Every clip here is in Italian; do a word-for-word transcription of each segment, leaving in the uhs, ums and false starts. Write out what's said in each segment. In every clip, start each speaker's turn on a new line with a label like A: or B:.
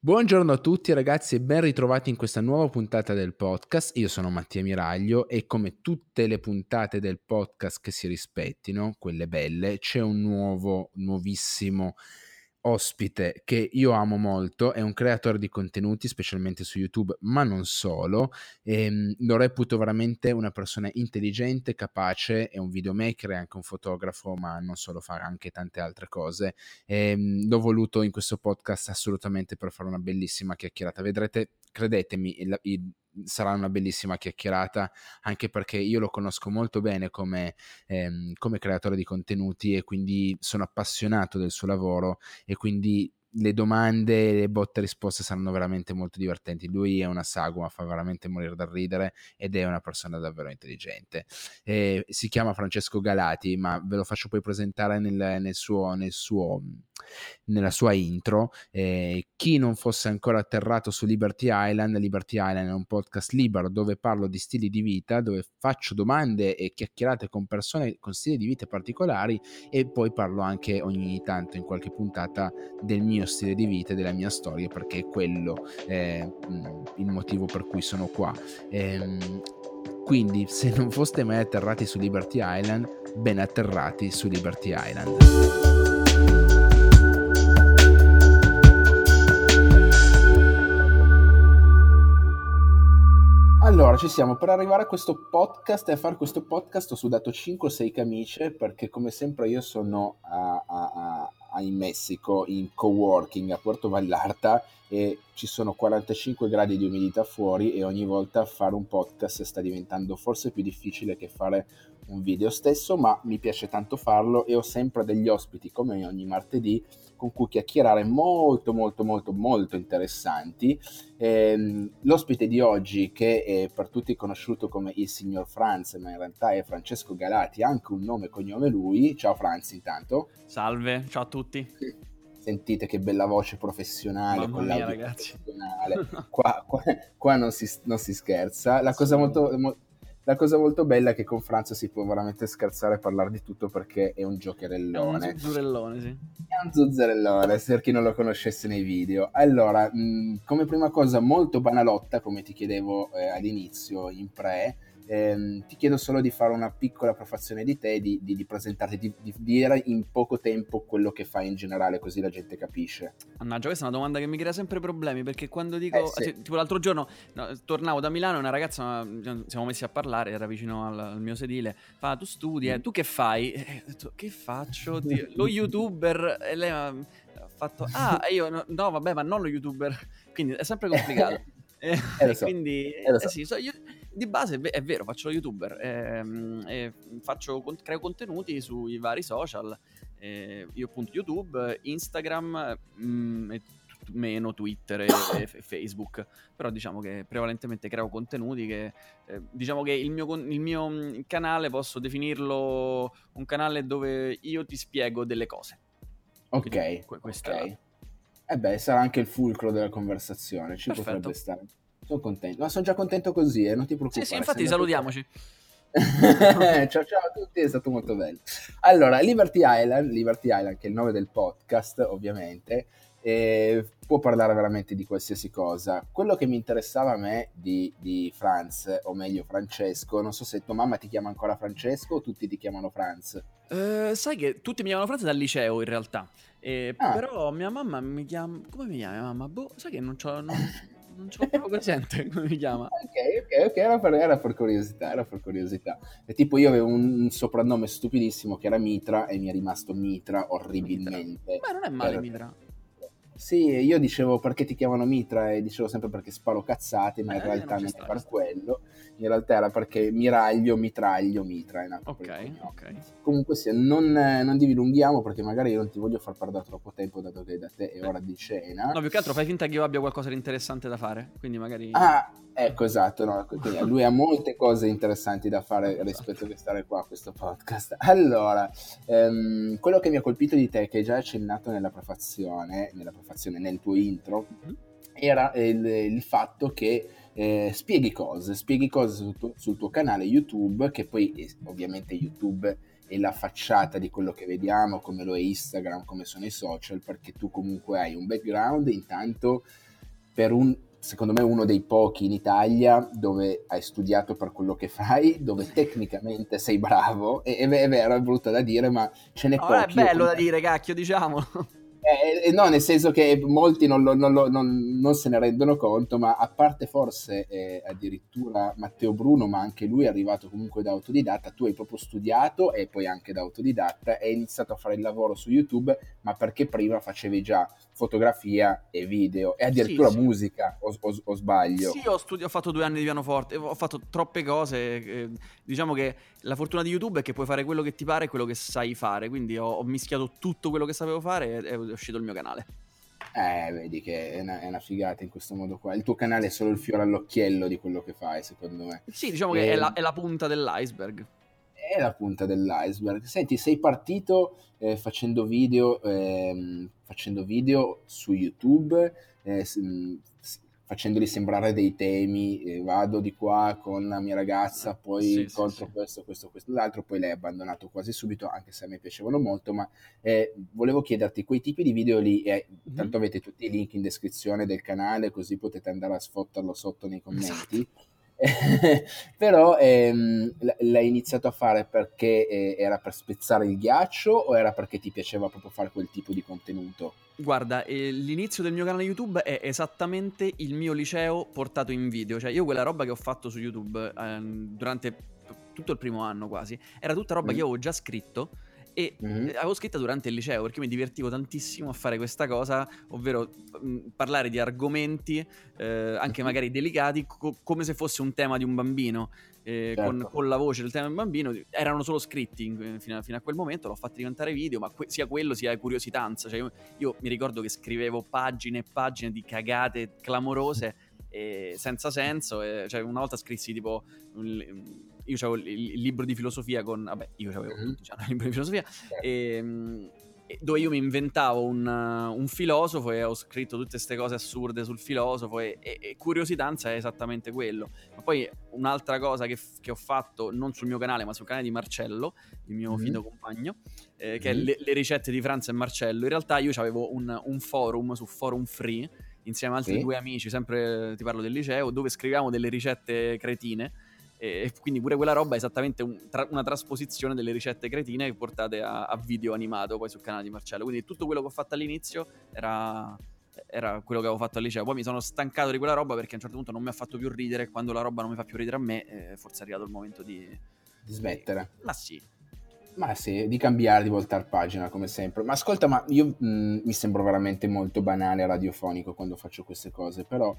A: Buongiorno a tutti ragazzi e ben ritrovati in questa nuova puntata del podcast. Io sono Mattia Miraglio e come tutte le puntate del podcast che si rispettino, quelle belle, c'è un nuovo, nuovissimo ospite che io amo molto. È un creatore di contenuti, specialmente su YouTube, ma non solo. E, lo reputo veramente una persona intelligente, capace, è un videomaker, è anche un fotografo, ma non solo, fa anche tante altre cose. E, l'ho voluto in questo podcast assolutamente per fare una bellissima chiacchierata. Vedrete, credetemi, il, il, sarà una bellissima chiacchierata, anche perché io lo conosco molto bene come, ehm, come creatore di contenuti e quindi sono appassionato del suo lavoro e quindi le domande, le botte e risposte saranno veramente molto divertenti. Lui è una sagoma, fa veramente morire dal ridere ed è una persona davvero intelligente. Eh, si chiama Francesco Galati, ma ve lo faccio poi presentare nel, nel suo, nel suo, nella sua intro. Eh, chi non fosse ancora atterrato su Liberty Island, Liberty Island è un podcast libero dove parlo di stili di vita, dove faccio domande e chiacchierate con persone con stili di vita particolari e poi parlo anche ogni tanto in qualche puntata del mio stile di vita e della mia storia, perché è quello eh, il motivo per cui sono qua. Ehm, quindi se non foste mai atterrati su Liberty Island, ben atterrati su Liberty Island. Allora, ci siamo. Per arrivare a questo podcast e a fare questo podcast ho sudato cinque o sei camicie, perché come sempre io sono a, a, a, in Messico in coworking a Puerto Vallarta e ci sono quarantacinque gradi di umidità fuori e ogni volta fare un podcast sta diventando forse più difficile che fare un video stesso, ma mi piace tanto farlo e ho sempre degli ospiti come ogni martedì con cui chiacchierare molto molto molto molto interessanti. Ehm, l'ospite di oggi, che è per tutti conosciuto come il signor Franz, ma in realtà è Francesco Galati, anche un nome e cognome lui. Ciao Franz, intanto.
B: Salve, ciao a tutti.
A: Sentite che bella voce professionale.
B: Mamma
A: con
B: mia,
A: l'audio
B: ragazzi.
A: professionale. Qua, qua, qua non, si, non si scherza. La cosa molto... mo- La cosa molto bella è che con Franz si può veramente scherzare e parlare di tutto, perché è un giocherellone.
B: È un zuzzurellone, sì.
A: È un zuzzurellone, per chi non lo conoscesse nei video. Allora, mh, come prima cosa molto banalotta, come ti chiedevo eh, all'inizio in pre, ehm, ti chiedo solo di fare una piccola prefazione di te, di, di, di presentarti, di, di dire in poco tempo quello che fai in generale, così la gente capisce.
B: Mannaggia, questa è una domanda che mi crea sempre problemi, perché quando dico...
A: Eh, sì.
B: cioè, tipo l'altro giorno no, tornavo da Milano e una ragazza, ci siamo messi a parlare, era vicino al, al mio sedile, fa: tu studi, eh? Tu che fai? E ho detto: che faccio? Dio, lo youtuber. E lei ha fatto: ah, e io no, no, vabbè, ma non lo youtuber. Quindi è sempre complicato. E,
A: eh, lo
B: e
A: so,
B: quindi
A: eh, lo so.
B: eh sì, so, io, di base è vero, faccio lo youtuber, ehm, e faccio, creo contenuti sui vari social. Eh, io appunto YouTube, Instagram, mh, e t- meno Twitter e, e Facebook, però diciamo che prevalentemente creo contenuti che eh, diciamo che il mio, il mio mh, canale posso definirlo un canale dove io ti spiego delle cose.
A: Ok,
B: Quindi, que- questa
A: ok.
B: è la...
A: Eh beh, sarà anche il fulcro della conversazione, ci
B: Perfetto.
A: potrebbe stare. Sono contento, ma sono già contento così, eh, non ti preoccupare.
B: Sì, sì, infatti
A: sei andato
B: salutiamoci.
A: ciao ciao a tutti, è stato molto bello. Allora, Liberty Island, Liberty Island, che è il nome del podcast, ovviamente, eh, può parlare veramente di qualsiasi cosa. Quello che mi interessava a me di, di Franz, o meglio Francesco, non so se tua mamma ti chiama ancora Francesco o tutti ti chiamano Franz.
B: Eh, sai che tutti mi chiamano Franz dal liceo in realtà, eh,
A: Ah,
B: però mia mamma mi chiama... Come mi chiama mia mamma? Boh, sai che non c'ho, non, non c'ho proprio presente come mi chiama.
A: ok, ok, ok, era per, era per curiosità, era per curiosità. E tipo io avevo un, un soprannome stupidissimo che era Mitra e mi è rimasto Mitra
B: Mitra.
A: orribilmente.
B: Beh, non è male
A: Per...
B: Mitra.
A: Sì, io dicevo perché ti chiamano Mitra e dicevo sempre perché sparo cazzate, ma in
B: Eh,
A: realtà
B: non ci
A: non
B: sta,
A: è
B: ci
A: per
B: sta.
A: quello. In realtà era perché Miraglio, Mitraglio, Mitra è nato per il
B: Ok,
A: cognome.
B: ok.
A: Comunque sì, non, eh, non dilunghiamo perché magari io non ti voglio far perdere troppo tempo, dato che da te è
B: Beh.
A: ora di cena.
B: No, più che altro fai finta che io abbia qualcosa di interessante da fare, quindi magari...
A: Ah, ecco, esatto, no, quindi lui ha molte cose interessanti da fare
B: Esatto.
A: rispetto a stare qua a questo podcast. Allora, ehm, quello che mi ha colpito di te, che hai già accennato nella prefazione, nella prefazione, nel tuo intro,
B: Mm-hmm.
A: era il, il fatto che eh, spieghi cose, spieghi cose sul tuo, sul tuo canale YouTube, che poi eh, ovviamente YouTube è la facciata di quello che vediamo, come lo è Instagram, come sono i social, perché tu comunque hai un background intanto per un, secondo me, uno dei pochi in Italia dove hai studiato per quello che fai, dove tecnicamente sei bravo, e è vero, è brutto da dire, ma ce n'è
B: No, non è
A: pochi. Io
B: bello
A: con
B: da
A: te-
B: dire, cacchio, diciamolo.
A: eh, eh, no, nel senso che molti non, lo- non lo- non- non se ne rendono conto, ma a parte forse eh, addirittura Matteo Bruno, ma anche lui è arrivato comunque da autodidatta, tu hai proprio studiato e poi anche da autodidatta e hai iniziato a fare il lavoro su YouTube, ma perché prima facevi già fotografia e video e
B: Sì,
A: addirittura
B: sì.
A: musica, o, o- o sbaglio?
B: Sì, ho, studi- ho fatto due anni di pianoforte, ho fatto troppe cose. eh, diciamo che la fortuna di YouTube è che puoi fare quello che ti pare e quello che sai fare. Quindi ho, ho mischiato tutto quello che sapevo fare e è uscito il mio canale.
A: Eh, vedi che è una, è una figata in questo modo qua. Il tuo canale è solo il fiore all'occhiello di quello che fai, secondo me.
B: Sì, diciamo che è
A: E,
B: la, è la punta dell'iceberg.
A: è la punta dell'iceberg. Senti, sei partito eh, facendo video, ehm, facendo video su YouTube, eh, s- mh, s- facendoli sembrare dei temi, eh, vado di qua con la mia ragazza, poi
B: Sì, sì,
A: incontro
B: sì.
A: questo, questo, questo, l'altro, poi l'hai abbandonato quasi subito, anche se a me piacevano molto, ma eh, volevo chiederti, quei tipi di video lì, eh,
B: Mhm.
A: tanto avete tutti i link in descrizione del canale, così potete andare a sfotterlo sotto nei
B: Esatto.
A: commenti. Però ehm, l- l'hai iniziato a fare perché eh, era per spezzare il ghiaccio o era perché ti piaceva proprio fare quel tipo di contenuto?
B: Guarda, eh, l'inizio del mio canale YouTube è esattamente il mio liceo portato in video. Cioè, io quella roba che ho fatto su YouTube ehm, durante p- tutto il primo anno quasi, era tutta roba che
A: Mm?
B: io avevo già scritto e
A: Mhm.
B: eh, avevo scritta durante il liceo perché io mi divertivo tantissimo a fare questa cosa, ovvero mh, parlare di argomenti eh, anche
A: Mhm.
B: magari delicati, co- come se fosse un tema di un bambino. eh, con,
A: Certo.
B: con la voce del tema del bambino erano solo scritti in- fino, a, fino a quel momento, l'ho fatti diventare video, ma que- sia quello sia curiositanza. Cioè, io, io mi ricordo che scrivevo pagine e pagine di cagate clamorose e senza senso. E, cioè, una volta scrissi tipo un- io avevo il, il libro di filosofia con vabbè, io avevo
A: Mhm.
B: tutti c'hanno il libro di filosofia
A: Certo.
B: e, e dove io mi inventavo un, un filosofo e ho scritto tutte queste cose assurde sul filosofo e, e, e curiositanza è esattamente quello. Ma poi un'altra cosa che, f- che ho fatto non sul mio canale ma sul canale di Marcello, il mio
A: Mhm.
B: fido compagno, eh, che è
A: Mhm.
B: le, le ricette di Franza e Marcello. In realtà io avevo un, un forum su Forum Free insieme ad altri
A: Sì.
B: due amici, sempre ti parlo del liceo, dove scriviamo delle ricette cretine. E quindi pure quella roba è esattamente un- tra- una trasposizione delle ricette cretine portate a, a video animato poi sul canale di Marcello. Quindi tutto quello che ho fatto all'inizio era, era quello che avevo fatto al liceo. Poi mi sono stancato di quella roba perché a un certo punto non mi ha fatto più ridere. E quando la roba non mi fa più ridere a me, eh, forse è arrivato il momento di.
A: Di
B: di...
A: smettere.
B: Ma sì.
A: Ma sì, di cambiare, di voltare pagina come sempre. Ma ascolta, ma io mh, mi sembro veramente molto banale e radiofonico quando faccio queste cose, però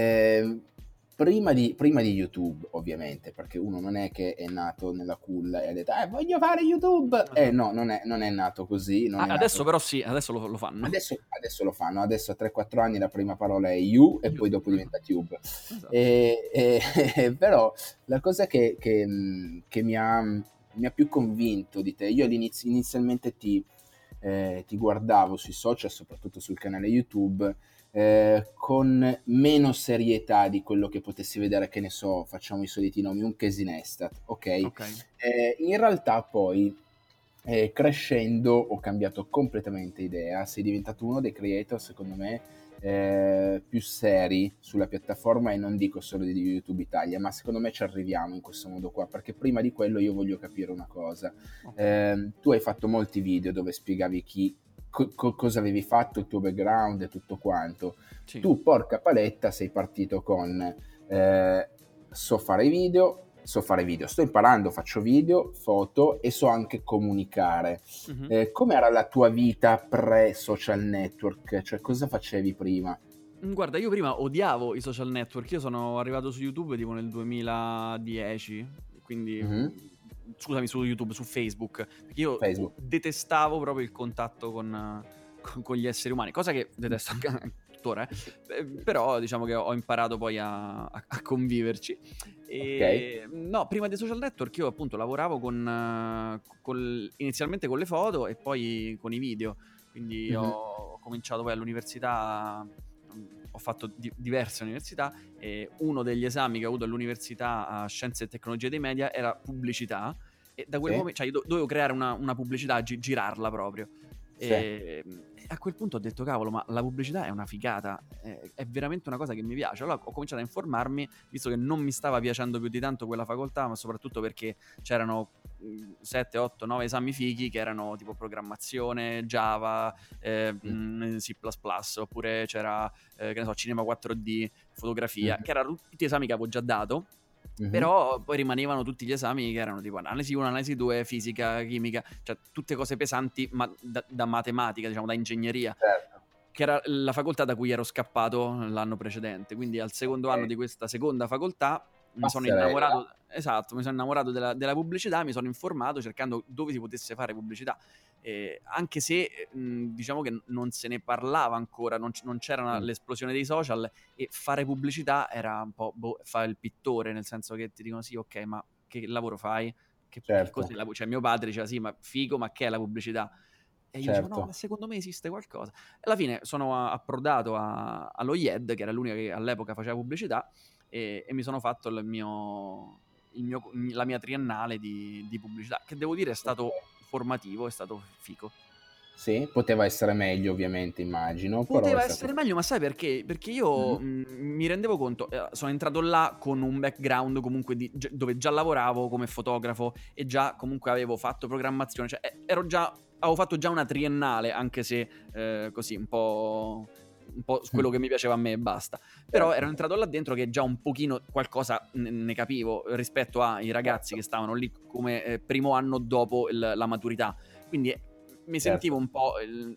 A: eh, prima di, prima di YouTube, ovviamente, perché uno non è che è nato nella culla e ha detto, eh, voglio fare YouTube. Eh
B: Esatto.
A: no, non è, non è nato così, non
B: Ah,
A: è
B: adesso
A: nato.
B: però sì, adesso lo, lo fanno.
A: Adesso, adesso lo fanno, adesso a tre quattro anni la prima parola è You e poi dopo
B: YouTube.
A: diventa Tube.
B: Esatto.
A: E, e- però la cosa che, che, mh, che mi ha, mi ha più convinto di te, io all'inizio inizialmente ti, eh, ti guardavo sui social, soprattutto sul canale YouTube, eh, con meno serietà di quello che potessi vedere, che ne so, facciamo i soliti nomi, un Casey Neistat, ok?
B: Ok.
A: Eh, in realtà poi eh, crescendo ho cambiato completamente idea, sei diventato uno dei creator secondo me eh, più seri sulla piattaforma e non dico solo di YouTube Italia, ma secondo me ci arriviamo in questo modo qua, perché prima di quello io voglio capire una cosa.
B: Ok.
A: Eh, tu hai fatto molti video dove spiegavi chi, co- co- cosa avevi fatto, il tuo background e tutto quanto.
B: Sì.
A: Tu, porca paletta, sei partito con eh, so fare video, so fare video, sto imparando, faccio video, foto e so anche comunicare.
B: Mhm.
A: Eh, com'era la tua vita pre-social network? Cioè, cosa facevi prima?
B: Mm, Guarda, io prima odiavo i social network. Io sono arrivato su YouTube tipo nel duemiladieci, quindi
A: Mhm.
B: mm, scusami, su YouTube, su Facebook, perché io
A: Facebook.
B: detestavo proprio il contatto con, eh, con- con gli esseri umani, cosa che detesto anche anche tuttora, eh. Eh, però diciamo che ho imparato poi a, a- a conviverci.
A: Ok.
B: E no, prima dei social network io appunto lavoravo con, eh, col- inizialmente con le foto e poi con i video, quindi ho,
A: Mhm.
B: ho cominciato poi all'università, mm, ho fatto di- diverse università e uno degli esami che ho avuto all'università a Scienze e Tecnologie dei Media era pubblicità e da quel
A: Sì.
B: momento, cioè io do- dovevo creare una, una pubblicità, gi- girarla proprio.
A: Sì.
B: E, e a quel punto ho detto, cavolo, ma la pubblicità è una figata, è, è veramente una cosa che mi piace. Allora ho cominciato a informarmi, visto che non mi stava piacendo più di tanto quella facoltà, ma soprattutto perché c'erano sette, otto, nove esami fighi che erano tipo programmazione, Java, eh,
A: Mm.
B: C plus plus, oppure c'era, eh, che ne so, cinema quattro D, fotografia,
A: Mm-hmm.
B: che erano tutti esami che avevo già dato. Mm-hmm. Però poi rimanevano tutti gli esami che erano tipo analisi uno, analisi due, fisica, chimica, cioè tutte cose pesanti, ma da, da matematica, diciamo, da ingegneria.
A: Certo.
B: Che era la facoltà da cui ero scappato l'anno precedente. Quindi al secondo okay. anno di questa seconda facoltà mi sono innamorato, esatto, mi sono innamorato della, della pubblicità, mi sono informato cercando dove si potesse fare pubblicità. Eh, anche se mh, diciamo che non se ne parlava ancora, non, c- non c'era una, mm. l'esplosione dei social, e fare pubblicità era un po' boh, fare il pittore, nel senso che ti dicono sì, ok, ma che lavoro fai? Che, certo. che cos'è la, cioè mio padre diceva sì, ma figo, ma che è la pubblicità? E io certo. dicevo, no, ma secondo me esiste qualcosa. E alla fine sono approdato a, allo I E D, che era l'unica che all'epoca faceva pubblicità, e, e mi sono fatto il mio, il mio, la mia triennale di, di pubblicità, che devo dire è stato formativo, è stato fico.
A: Sì, poteva essere meglio ovviamente, immagino.
B: Poteva
A: però
B: essere meglio, ma sai perché? Perché io mm-hmm. mh, mi rendevo conto, eh, sono entrato là con un background comunque di, gi- dove già lavoravo come fotografo e già comunque avevo fatto programmazione, cioè eh, ero già, avevo fatto già una triennale, anche se eh, così un po'... un po' quello che mi piaceva a me e basta. Però ero entrato là dentro che già un pochino qualcosa ne capivo rispetto ai ragazzi che stavano lì come eh, primo anno dopo il, la maturità. Quindi mi sentivo un po',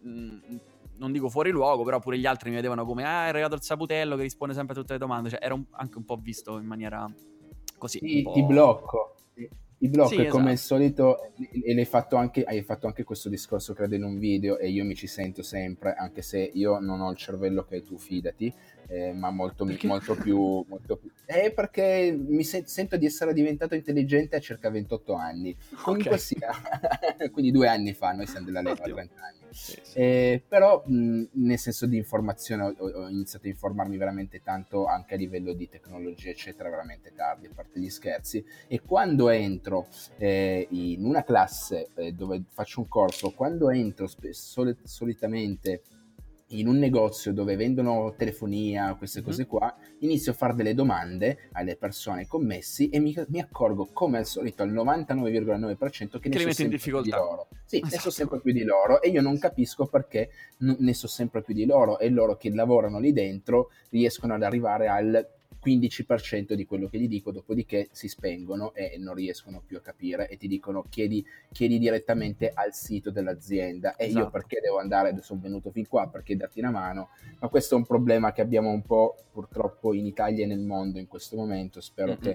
B: il, non dico fuori luogo, però pure gli altri mi vedevano come ah, è arrivato il saputello che risponde sempre a tutte le domande. Cioè ero un, anche un po' visto in maniera così.
A: Ti,
B: po'...
A: ti blocco. Ti blocco sì, e come
B: esatto.
A: al solito, e l'hai fatto anche, hai fatto anche questo discorso credo in un video, e io mi ci sento sempre, anche se io non ho il cervello che hai tu, fidati, eh, ma molto, molto più, molto più. Eh, perché mi se- sento di essere diventato intelligente a circa ventotto anni. Comunque okay. sia, quindi due anni fa, noi siamo della Lega a trenta anni. Sì, sì. Eh, però mh, nel senso di informazione ho, ho iniziato a informarmi veramente tanto anche a livello di tecnologia eccetera, veramente tardi, a parte gli scherzi, e quando entro eh, in una classe eh, dove faccio un corso, quando entro sp- sol- solitamente in un negozio dove vendono telefonia, queste cose qua, inizio a fare delle domande alle persone commessi e mi, mi accorgo, come al solito, al novantanove virgola nove per cento che, che ne so sempre più di loro. Sì, esatto. Ne so sempre più di loro e io non capisco perché n- ne so sempre più di loro, e loro che lavorano lì dentro riescono ad arrivare al quindici per cento di quello che gli dico, dopodiché si spengono e non riescono più a capire e ti dicono chiedi, chiedi direttamente al sito dell'azienda. E esatto. Io perché devo andare, sono venuto fin qua per chiederti una mano, ma questo è un problema che abbiamo un po' purtroppo in Italia e nel mondo in questo momento. Spero mm-hmm. che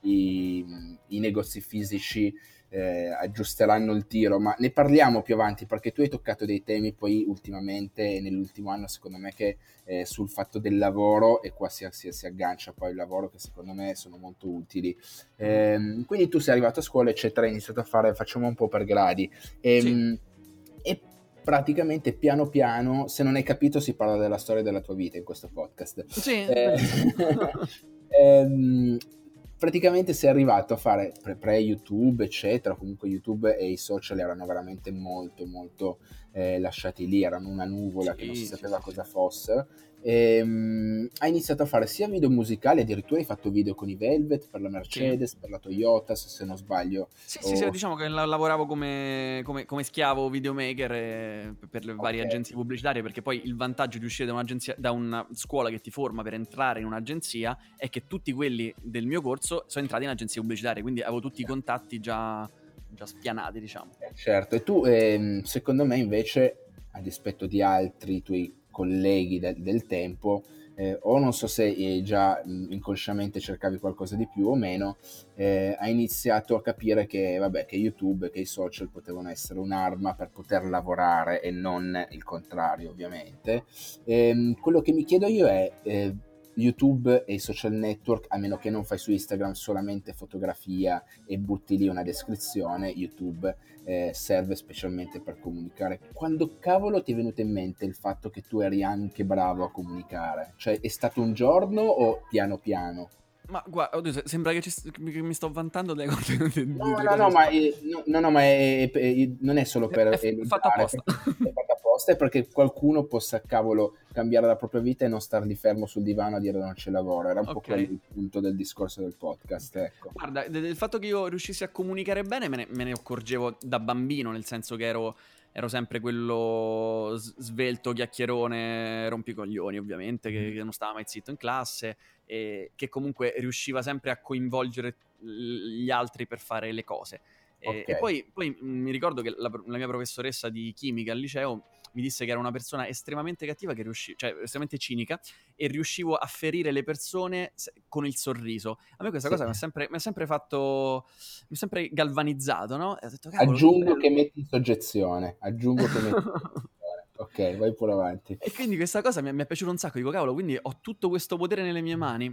A: i, i negozi fisici eh, aggiusteranno il tiro, ma ne parliamo più avanti, perché tu hai toccato dei temi poi ultimamente nell'ultimo anno secondo me che eh, sul fatto del lavoro, e qua si, si, si aggancia poi il lavoro, che secondo me sono molto utili. Eh, quindi tu sei arrivato a scuola eccetera, hai iniziato a fare, facciamo un po' per gradi e, sì. e praticamente piano piano, se non hai capito, si parla della storia della tua vita in questo podcast.
B: Sì,
A: eh, ehm, praticamente sei arrivato a fare pre-YouTube eccetera, comunque YouTube e i social erano veramente molto molto eh, lasciati lì, erano una nuvola sì, che non si sapeva sì, cosa sì. fosse. E, um, hai iniziato a fare sia video musicali, addirittura hai fatto video con i Velvet per la Mercedes, sì. per la Toyota, se non sbaglio.
B: Sì, o... sì, sì, diciamo che lavoravo come, come, come schiavo videomaker eh, per le varie okay. agenzie pubblicitarie, perché poi il vantaggio di uscire da un'agenzia, da una scuola che ti forma per entrare in un'agenzia è che tutti quelli del mio corso sono entrati in agenzie pubblicitarie, quindi avevo tutti i contatti già, già spianati, diciamo.
A: Certo, e tu ehm, secondo me invece, a dispetto di altri tuoi colleghi del, del tempo, eh, o non so se eh, già mh, inconsciamente cercavi qualcosa di più o meno, eh, hai iniziato a capire che, vabbè, che YouTube, che i social potevano essere un'arma per poter lavorare e non il contrario, ovviamente. E, quello che mi chiedo io è, eh, YouTube e i social network, a meno che non fai su Instagram solamente fotografia e butti lì una descrizione, YouTube eh, serve specialmente per comunicare. Quando cavolo ti è venuto in mente il fatto che tu eri anche bravo a comunicare? Cioè è stato un giorno o piano piano?
B: Ma guarda, oddio, sembra che, ci, che mi sto vantando delle cose.
A: No, no, no, ma, eh, no, no, ma è, è, è, non è solo per
B: è, è fatto apposta.
A: È fatto apposta, è perché qualcuno possa, cavolo, cambiare la propria vita e non star lì fermo sul divano a dire non c'è lavoro. Era un po' quello
B: Ok.
A: il punto del discorso del podcast, ecco.
B: Guarda, de- del fatto che io riuscissi a comunicare bene me ne, me ne accorgevo da bambino, nel senso che ero, ero sempre quello s- svelto, chiacchierone, rompicoglioni ovviamente, che, che non stava mai zitto in classe e che comunque riusciva sempre a coinvolgere l- gli altri per fare le cose. E,
A: Ok.
B: e poi, poi mh, mi ricordo che la, la mia professoressa di chimica al liceo mi disse che era una persona estremamente cattiva, che riuscì, cioè estremamente cinica, e riuscivo a ferire le persone se- con il sorriso. A me questa
A: Sì.
B: cosa mi ha sempre, mi ha sempre fatto, mi ha sempre galvanizzato, no? E ho detto, cavolo, che
A: Aggiungo che
B: bello.
A: metti in soggezione, aggiungo che metti in soggezione. Ok, vai pure avanti.
B: E quindi questa cosa mi è, mi è piaciuta un sacco. Dico, cavolo, quindi ho tutto questo potere nelle mie mani.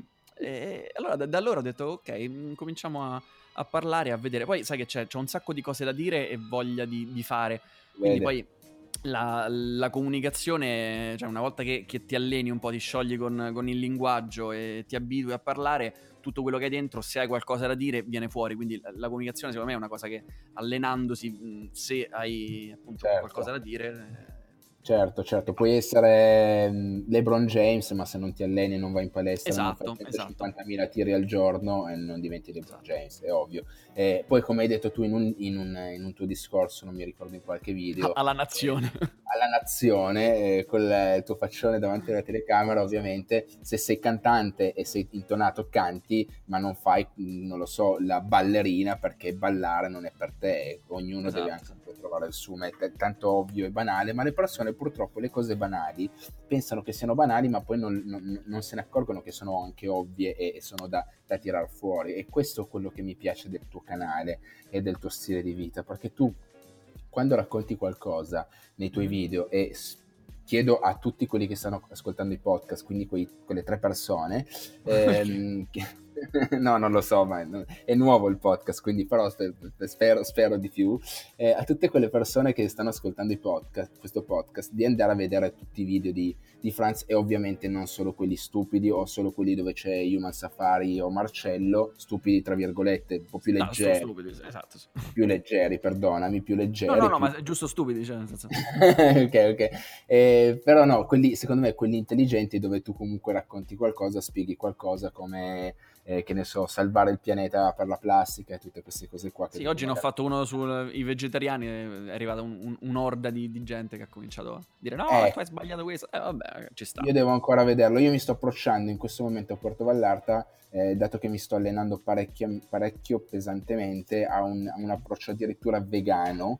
B: E allora da, da allora ho detto, ok, mm, cominciamo a, a parlare, a vedere. Poi sai che c'è, c'ho un sacco di cose da dire e voglia di, di fare. Quindi
A: Vede.
B: poi la, la comunicazione, cioè una volta che, che ti alleni un po', ti sciogli con, con il linguaggio e ti abitui a parlare, tutto quello che hai dentro, se hai qualcosa da dire, viene fuori. Quindi la, la comunicazione secondo me è una cosa che allenandosi, mh, se hai appunto qualcosa
A: Certo.
B: da dire... eh,
A: Certo, certo, puoi essere mm, LeBron James, ma se non ti alleni e non vai in palestra, non fai
B: Esatto, esatto,
A: centocinquantamila tiri al giorno e non diventi LeBron
B: esatto.
A: James, è ovvio. Eh, poi, come hai detto tu in un, in un- in un tuo discorso, non mi ricordo in qualche video,
B: Alla
A: eh,
B: nazione.
A: alla nazione, eh, con il tuo faccione davanti alla telecamera, ovviamente, se sei cantante e sei intonato, canti, ma non fai, mm, non lo so, la ballerina, perché ballare non è per te, ognuno deve
B: Esatto,
A: anche
B: esatto.
A: trovare il suo, è tanto ovvio e banale, ma le persone purtroppo le cose banali pensano che siano banali, ma poi non, non- non se ne accorgono che sono anche ovvie e, e sono da, da tirar fuori. E questo è quello che mi piace del tuo canale e del tuo stile di vita, perché tu quando racconti qualcosa nei tuoi
B: Mhm.
A: video e s- chiedo a tutti quelli che stanno ascoltando i podcast, quindi quei- quelle tre persone,
B: Perché?
A: ehm, che- no, non lo so, ma è è nuovo il podcast, quindi però spe- spero, spero di più, eh, a tutte quelle persone che stanno ascoltando i podcast, questo podcast, di andare a vedere tutti i video di, di Franz, e ovviamente non solo quelli stupidi o solo quelli dove c'è Human Safari o Marcello, stupidi tra virgolette, un po' più
B: No, sto
A: leggeri,
B: stupidi, sì, esatto. Sì.
A: più leggeri, perdonami, più
B: No, no,
A: leggeri,
B: no,
A: più
B: ma è giusto stupidi, cioè, nel senso...
A: ok, ok. Eh, però no, quelli, secondo me, quelli intelligenti dove tu comunque racconti qualcosa, spieghi qualcosa come, eh, che ne so, salvare il pianeta per la plastica e tutte queste cose qua che
B: Sì,
A: dopo
B: oggi ne ho
A: magari...
B: fatto uno sui vegetariani, è arrivata un- un- un'orda di, di gente che ha cominciato a dire no, tu
A: Eh,
B: hai sbagliato questo. Eh, vabbè, ci sta.
A: io devo ancora vederlo. Io mi sto approcciando in questo momento a Porto Vallarta, eh, dato che mi sto allenando parecchio, parecchio pesantemente, a un, a un approccio addirittura vegano.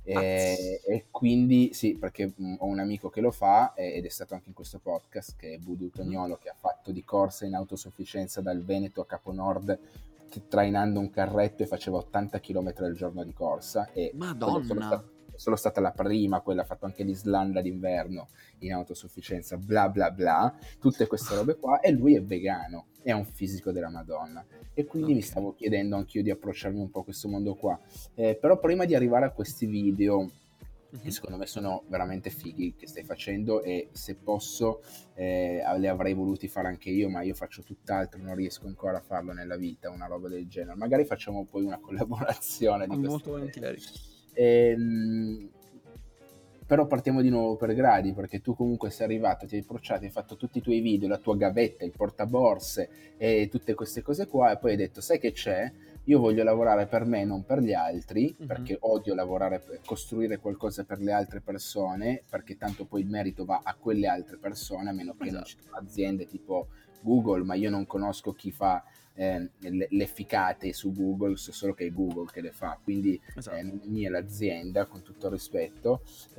A: eh,
B: Azz.
A: e quindi sì, perché mh, ho un amico che lo fa, eh, ed è stato anche in questo podcast, che è Budu
B: Mhm.
A: Tognolo, che ha fatto di corsa in autosufficienza dal Veneto a Caponord, t- trainando un carretto, e faceva ottanta chilometri al giorno di corsa, e quella è solo
B: Madonna.
A: stata, è solo stata la prima, quella ha fatto anche l'Islanda d'inverno in autosufficienza, bla bla bla, tutte queste robe qua, e lui è vegano, è un fisico della Madonna. E quindi mi
B: Ok.
A: stavo chiedendo anch'io di approcciarmi un po' a questo mondo qua. Eh, però prima di arrivare a questi video, che
B: Mhm.
A: secondo me sono veramente fighi, che stai facendo, e se posso eh, li avrei voluti fare anche io, ma io faccio tutt'altro, non riesco ancora a farlo nella vita, una roba del genere. Magari facciamo poi una collaborazione
B: Oh,
A: di questo
B: molto
A: genere.
B: volentieri.
A: Ehm, però partiamo di nuovo per gradi, perché tu comunque sei arrivato, ti hai approcciato, hai fatto tutti i tuoi video, la tua gavetta, il portaborse e tutte queste cose qua, e poi hai detto, sai che c'è? Io voglio lavorare per me, non per gli altri,
B: Mhm.
A: perché odio lavorare per costruire qualcosa per le altre persone, perché tanto poi il merito va a quelle altre persone, a meno che non ci
B: Esatto.
A: siano aziende tipo Google, ma io non conosco chi fa eh, le, le ficate su Google, so solo che è Google che le fa, quindi eh,
B: Esatto.
A: non è mia l'azienda, con tutto il rispetto.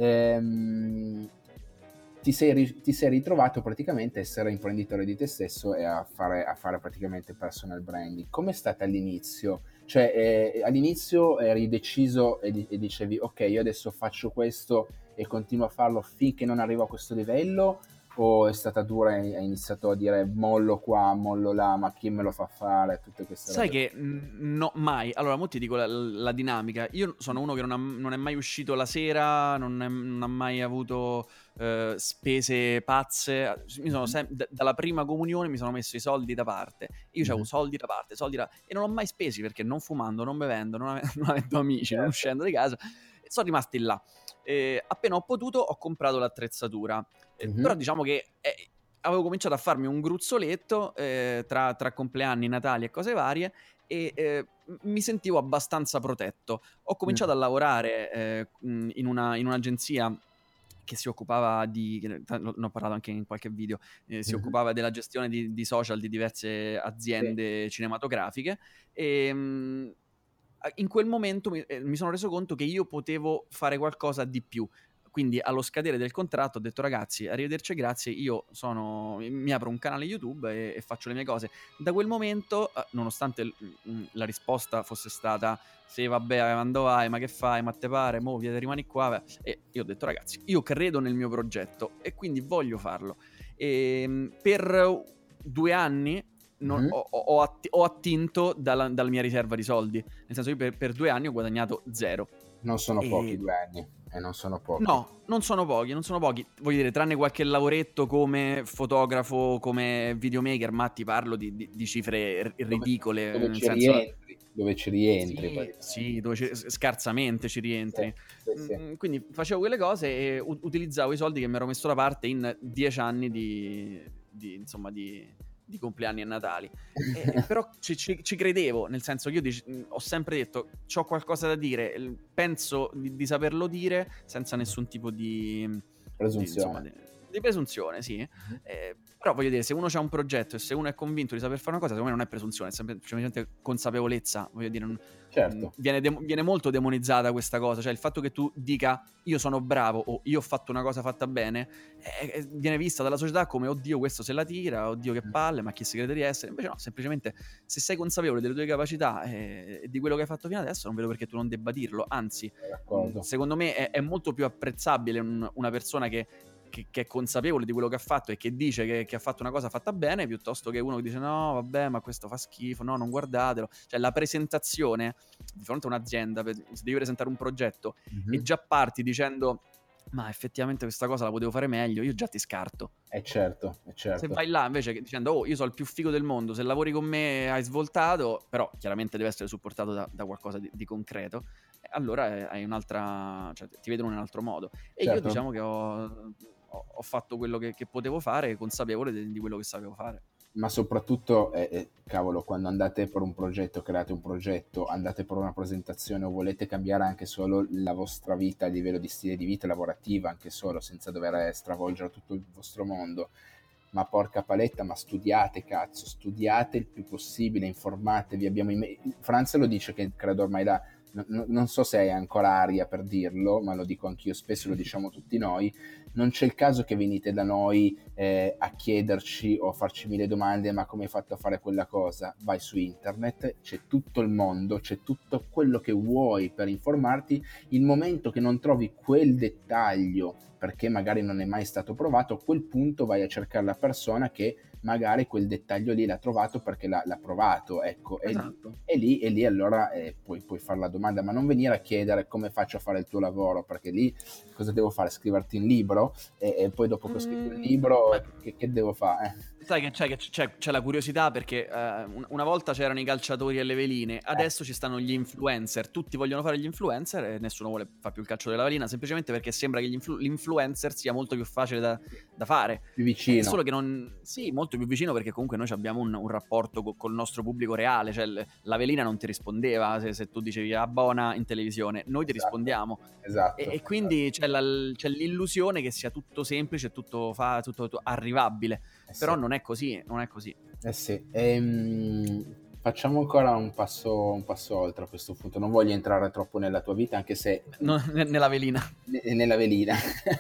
A: Ehm, ti, sei, ri- ti sei ritrovato praticamente a essere imprenditore di te stesso e a fare, a fare praticamente personal branding. Com'è stata all'inizio? Cioè, eh, all'inizio eri deciso e, di- e dicevi, ok, io adesso faccio questo e continuo a farlo finché non arrivo a questo livello, o è stata dura e hai iniziato a dire mollo qua, mollo là, ma chi me lo fa fare, tutte queste
B: Sai
A: robe
B: che
A: qua.
B: mm, no, mai. Allora, mo ti dico la, la dinamica. Io sono uno che non, ha- non è mai uscito la sera, non, è- non ha mai avuto eh, spese pazze. Mi sono
A: Mhm,
B: sem- d- dalla prima comunione mi sono messo i soldi da parte. Io avevo
A: mhm.
B: soldi da parte, soldi da... e non ho mai spesi perché non fumando, non bevendo, non, ave- non avendo amici, non
A: Certo.
B: uscendo di casa, sono rimasti là. E appena ho potuto ho comprato l'attrezzatura, eh,
A: Mhm.
B: però diciamo che eh, avevo cominciato a farmi un gruzzoletto eh, tra, tra compleanni, Natali e cose varie, e eh, mi sentivo abbastanza protetto. Ho cominciato
A: Mm.
B: a lavorare eh, in, una, in un'agenzia che si occupava di, ne ho parlato anche in qualche video, eh, si
A: Mhm.
B: occupava della gestione di, di social di diverse
A: Sì.
B: aziende cinematografiche, e mh, in quel momento mi, eh, mi sono reso conto che io potevo fare qualcosa di più. Quindi allo scadere del contratto ho detto: ragazzi, arrivederci e grazie, io sono, mi apro un canale YouTube e, e faccio le mie cose. Da quel momento, eh, nonostante l- mh, la risposta fosse stata: sì, vabbè, quando vai, ma che fai, ma te pare, mo via, rimani qua, beh. E io ho detto: ragazzi, io credo nel mio progetto e quindi voglio farlo. E, mh, per due anni non,
A: Mhm.
B: ho, ho, atti- ho attinto dalla, dalla mia riserva di soldi. Nel senso, io per, per due anni ho guadagnato zero.
A: Non sono pochi
B: E
A: due anni, e non sono pochi.
B: no, non sono pochi, non sono pochi. Voglio dire, tranne qualche lavoretto come fotografo, come videomaker, ma ti parlo di, di- di cifre r-
A: Dove,
B: ridicole,
A: dove
B: nel
A: ci
B: senso...
A: rientri, dove ci rientri
B: Sì, sì,
A: praticamente.
B: dove ci- scarsamente ci
A: Sì,
B: rientri.
A: sì, sì.
B: Mm, Quindi facevo quelle cose e u- utilizzavo i soldi che mi ero messo da parte in dieci anni di, di, insomma, di, di compleanni e Natali. E- però ci, ci- ci credevo, nel senso che io dic- mh, ho sempre detto: c'ho qualcosa da dire, l- penso di, di saperlo dire senza nessun tipo di, di, insomma,
A: Presunzione.
B: di, di presunzione, sì.
A: Mhm.
B: Eh, però voglio dire, se uno ha un progetto e se uno è convinto di saper fare una cosa, secondo me non è presunzione, è semplicemente consapevolezza. Voglio dire, non- mh,
A: Certo.
B: viene, de- viene molto demonizzata questa cosa, cioè il fatto che tu dica io sono bravo o io ho fatto una cosa fatta bene, eh, eh, viene vista dalla società come oddio questo se la tira, oddio che palle, ma chi si crede di essere. Invece no, semplicemente se sei consapevole delle tue capacità eh, e di quello che hai fatto fino adesso, non vedo perché tu non debba dirlo. Anzi,
A: Sono
B: mh,
A: d'accordo.
B: secondo me è, è molto più apprezzabile un- una persona che, che- che è consapevole di quello che ha fatto e che dice che, che ha fatto una cosa fatta bene, piuttosto che uno che dice no, vabbè, ma questo fa schifo, no, non guardatelo. Cioè la presentazione di fronte a un'azienda, per- se devi presentare un progetto e
A: Mhm.
B: già parti dicendo ma effettivamente questa cosa la potevo fare meglio, io già ti scarto.
A: È certo, è
B: Se
A: certo.
B: vai là invece che dicendo oh io sono il più figo del mondo, se lavori con me hai svoltato, però chiaramente deve essere supportato da, da qualcosa di, di concreto, eh, allora eh, hai un'altra, cioè ti vedono in un altro modo. E io
A: Certo.
B: diciamo che ho, ho- ho fatto quello che, che potevo fare, consapevole di, di quello che sapevo fare.
A: Ma soprattutto, eh, eh, cavolo, quando andate per un progetto, create un progetto, andate per una presentazione o volete cambiare anche solo la vostra vita a livello di stile di vita lavorativa, anche solo, senza dover stravolgere tutto il vostro mondo. Ma porca paletta, ma studiate, cazzo, studiate il più possibile, informatevi. Abbiamo i me- Franz lo dice, che credo ormai da... no- no- non so se è ancora aria per dirlo, ma lo dico anch'io spesso, lo diciamo tutti noi. Non c'è il caso che venite da noi eh, a chiederci o a farci mille domande, ma come hai fatto a fare quella cosa? Vai su internet, c'è tutto il mondo, c'è tutto quello che vuoi per informarti. Il momento che non trovi quel dettaglio perché magari non è mai stato provato, a quel punto vai a cercare la persona che magari quel dettaglio lì l'ha trovato perché l'ha, l'ha provato, ecco, e lì,
B: Esatto.
A: e lì, e lì allora eh, puoi, puoi fare la domanda, ma non venire a chiedere come faccio a fare il tuo lavoro, perché lì cosa devo fare? Scriverti un libro e, e poi dopo che ho scritto il
B: Mm,
A: libro
B: ma
A: che, che devo fare?
B: sai che c'è, che c'è, c'è la curiosità perché eh, un- una volta c'erano i calciatori e le veline,
A: Eh,
B: adesso ci stanno gli influencer, tutti vogliono fare gli influencer e nessuno vuole fare più il calcio della velina, semplicemente perché sembra che gli influ- l'influencer sia molto più facile da,
A: sì,
B: da fare.
A: più
B: È
A: vicino,
B: solo che non... Sì, molto più vicino perché comunque noi abbiamo un, un rapporto co- col nostro pubblico reale, cioè l- la velina non ti rispondeva se, se tu dicevi abbona in televisione, noi ti
A: esatto,
B: rispondiamo. E,
A: esatto,
B: e
A: esatto.
B: quindi c'è, la- c'è l'illusione che sia tutto semplice, tutto, fa, tutto, tutto arrivabile.
A: Eh sì.
B: Però non è così, non è così.
A: Eh sì, ehm, facciamo ancora un passo, un passo oltre a questo punto. Non voglio entrare troppo nella tua vita, anche se
B: No, ne- nella velina.
A: ne- nella velina.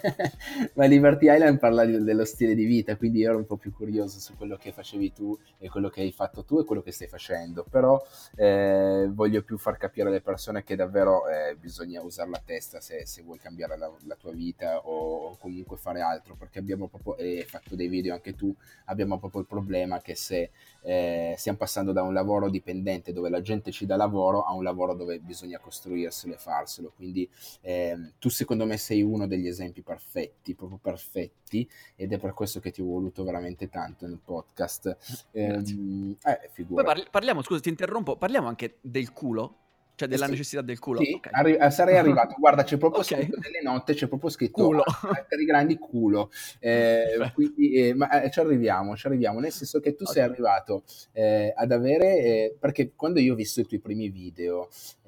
A: Ma Liberty Island parla di- dello stile di vita, quindi io ero un po' più curioso su quello che facevi tu e quello che hai fatto tu e quello che stai facendo. Però eh, voglio più far capire alle persone che davvero eh, bisogna usare la testa se, se vuoi cambiare la, la tua vita o, o comunque fare altro, perché abbiamo proprio, e hai fatto dei video anche tu, abbiamo proprio il problema che se eh, stiamo passando da un lavoro dipendente dove la gente ci dà lavoro a un lavoro dove bisogna costruirselo e farselo, quindi eh, tu secondo me sei uno degli esempi perfetti, proprio perfetti, ed è per questo che ti ho voluto veramente tanto nel podcast.
B: Grazie.
A: Ehm, eh,
B: Poi
A: figurati.
B: parli- parliamo, scusa, ti interrompo, parliamo anche del culo. Cioè
A: Eh
B: della
A: sì,
B: necessità del culo,
A: sì,
B: ok.
A: arri- eh, sarei arrivato. Guarda, c'è proprio
B: Ok,
A: scritto nelle note, c'è proprio scritto
B: culo.
A: a caratteri grandi culo. Eh,
B: Perfetto.
A: quindi, eh, ma eh, ci arriviamo, ci arriviamo, nel senso che tu sei
B: Ok.
A: arrivato eh, ad avere, eh, perché quando io ho visto i tuoi primi video,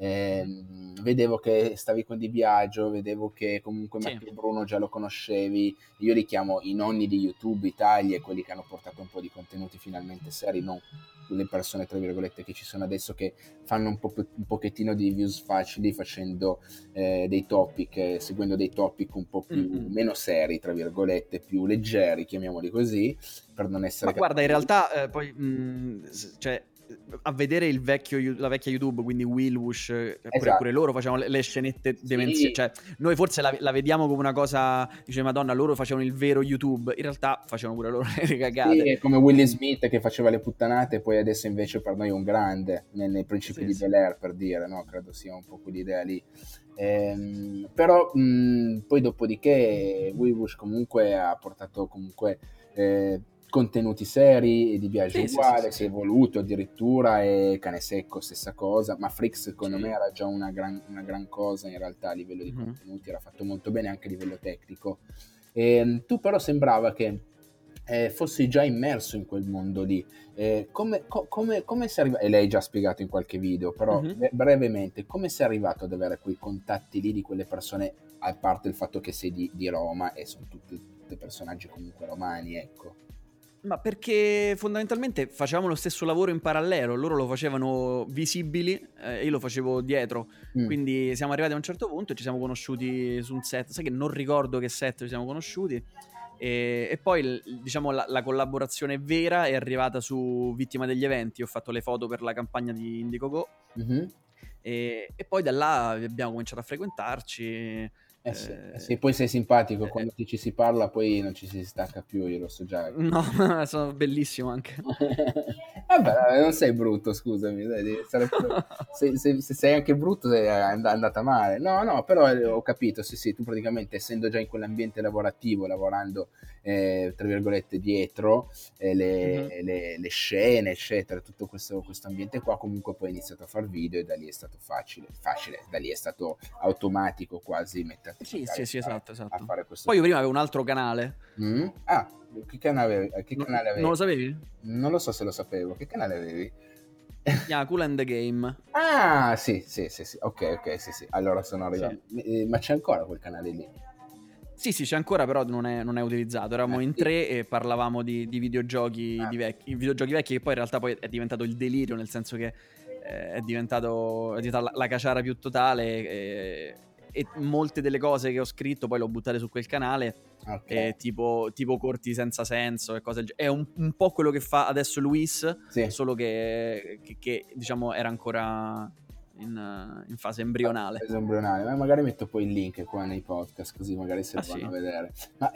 A: ehm, vedevo che stavi con Di Biagio, vedevo che comunque
B: Sì.
A: Matteo Bruno già lo conoscevi, io li chiamo i nonni di YouTube Italia, quelli che hanno portato un po' di contenuti finalmente seri, non le persone tra virgolette che ci sono adesso che fanno un, po', un pochettino di views facili facendo eh, dei topic, eh, seguendo dei topic un po' più
B: Mm-mm.
A: meno seri, tra virgolette, più leggeri, chiamiamoli così, per non
B: Ma
A: essere
B: guarda, in
A: cattivi.
B: realtà eh, poi, mh, s- cioè, a vedere il vecchio, Yu- la vecchia YouTube, quindi Willwush, eh, pure, pure
A: Esatto.
B: loro facevano le, le scenette demenziali.
A: Sì,
B: Cioè, noi forse la, la vediamo come una cosa, dice Madonna, loro facevano il vero YouTube. In realtà facevano pure loro le
A: sì,
B: cagate.
A: è come Will
B: Quindi,
A: Smith che faceva le puttanate e poi adesso invece per noi è un grande, nei, nei Principi
B: sì,
A: di
B: sì.
A: Bel-Air per dire, no? Credo sia un po' quell'idea lì. Ehm, però mh, poi dopodiché Willwush comunque ha portato comunque eh, contenuti seri e Di Biagio
B: Sì, sì, sì,
A: uguale,
B: sì,
A: si è
B: sì.
A: evoluto addirittura e Cane Secco stessa cosa, ma Freak secondo me
B: Sì.
A: era già una gran, una gran cosa in realtà a livello di
B: Mhm.
A: contenuti, era fatto molto bene anche a livello tecnico. E, tu però sembrava che eh, fossi già immerso in quel mondo lì. Eh, come, co- come, come sei arrivato, e l'hai già spiegato in qualche video, però
B: Mhm.
A: be- brevemente, come sei arrivato ad avere quei contatti lì di quelle persone, a parte il fatto che sei di, di Roma e sono tutti, tutti personaggi comunque romani, ecco.
B: Ma perché fondamentalmente facevamo lo stesso lavoro in parallelo, loro lo facevano visibili eh, e io lo facevo dietro,
A: Mm.
B: quindi siamo arrivati a un certo punto e ci siamo conosciuti su un set, sai che non ricordo che set ci siamo conosciuti e, e poi il- diciamo la, la collaborazione vera è arrivata su Vittima degli Eventi, ho fatto le foto per la campagna di Indiegogo
A: Mhm.
B: e, e poi da là abbiamo cominciato a frequentarci.
A: Eh sì, eh
B: eh,
A: sì, poi sei simpatico,
B: eh,
A: quando ti ci si parla poi non ci si stacca più, io lo so già.
B: no, sono bellissimo anche.
A: Vabbè, non sei brutto, scusami, dai, devi stare pure- se, se- se sei anche brutto è and- andata male. No, no, però eh, ho capito, sì, sì, tu praticamente essendo già in quell'ambiente lavorativo, lavorando, eh, tra virgolette, dietro eh,
B: Mhm.
A: le, le- le scene, eccetera, tutto questo, questo ambiente qua, comunque poi hai iniziato a fare video e da lì è stato facile, facile, da lì è stato automatico quasi metterti
B: Sì,
A: magari
B: sì, sì,
A: a,
B: esatto,
A: a
B: esatto.
A: fare questo.
B: Poi io prima avevo un altro canale.
A: Mm? Ah, che canale, che
B: Non,
A: canale
B: non
A: avevi?
B: lo sapevi?
A: Non lo so se lo sapevo, che canale avevi?
B: Si chiama Cool and the Game.
A: Ah, sì, sì, sì, sì, ok, ok, sì, sì, allora sono
B: Sì.
A: arrivato. Eh, Ma c'è ancora quel canale lì?
B: Sì, sì, c'è ancora, però non è, non è utilizzato.
A: Ah,
B: Eravamo in
A: sì.
B: tre e parlavamo di, di videogiochi,
A: Ah,
B: di vecchi, videogiochi vecchi, che poi in realtà poi è diventato il delirio, nel senso che eh, è diventato, è diventata la, la caciara più totale e, e molte delle cose che ho scritto poi le ho buttate su quel canale,
A: ok,
B: eh, tipo, tipo corti senza senso e cose del genere. È un, un po' quello che fa adesso Luis,
A: sì.
B: solo che, che, che, diciamo era ancora in, in fase embrionale.
A: Preso embrionale, ma magari metto poi il link qua nei podcast così magari se
B: Ah
A: lo vanno a
B: sì?
A: vedere. Ma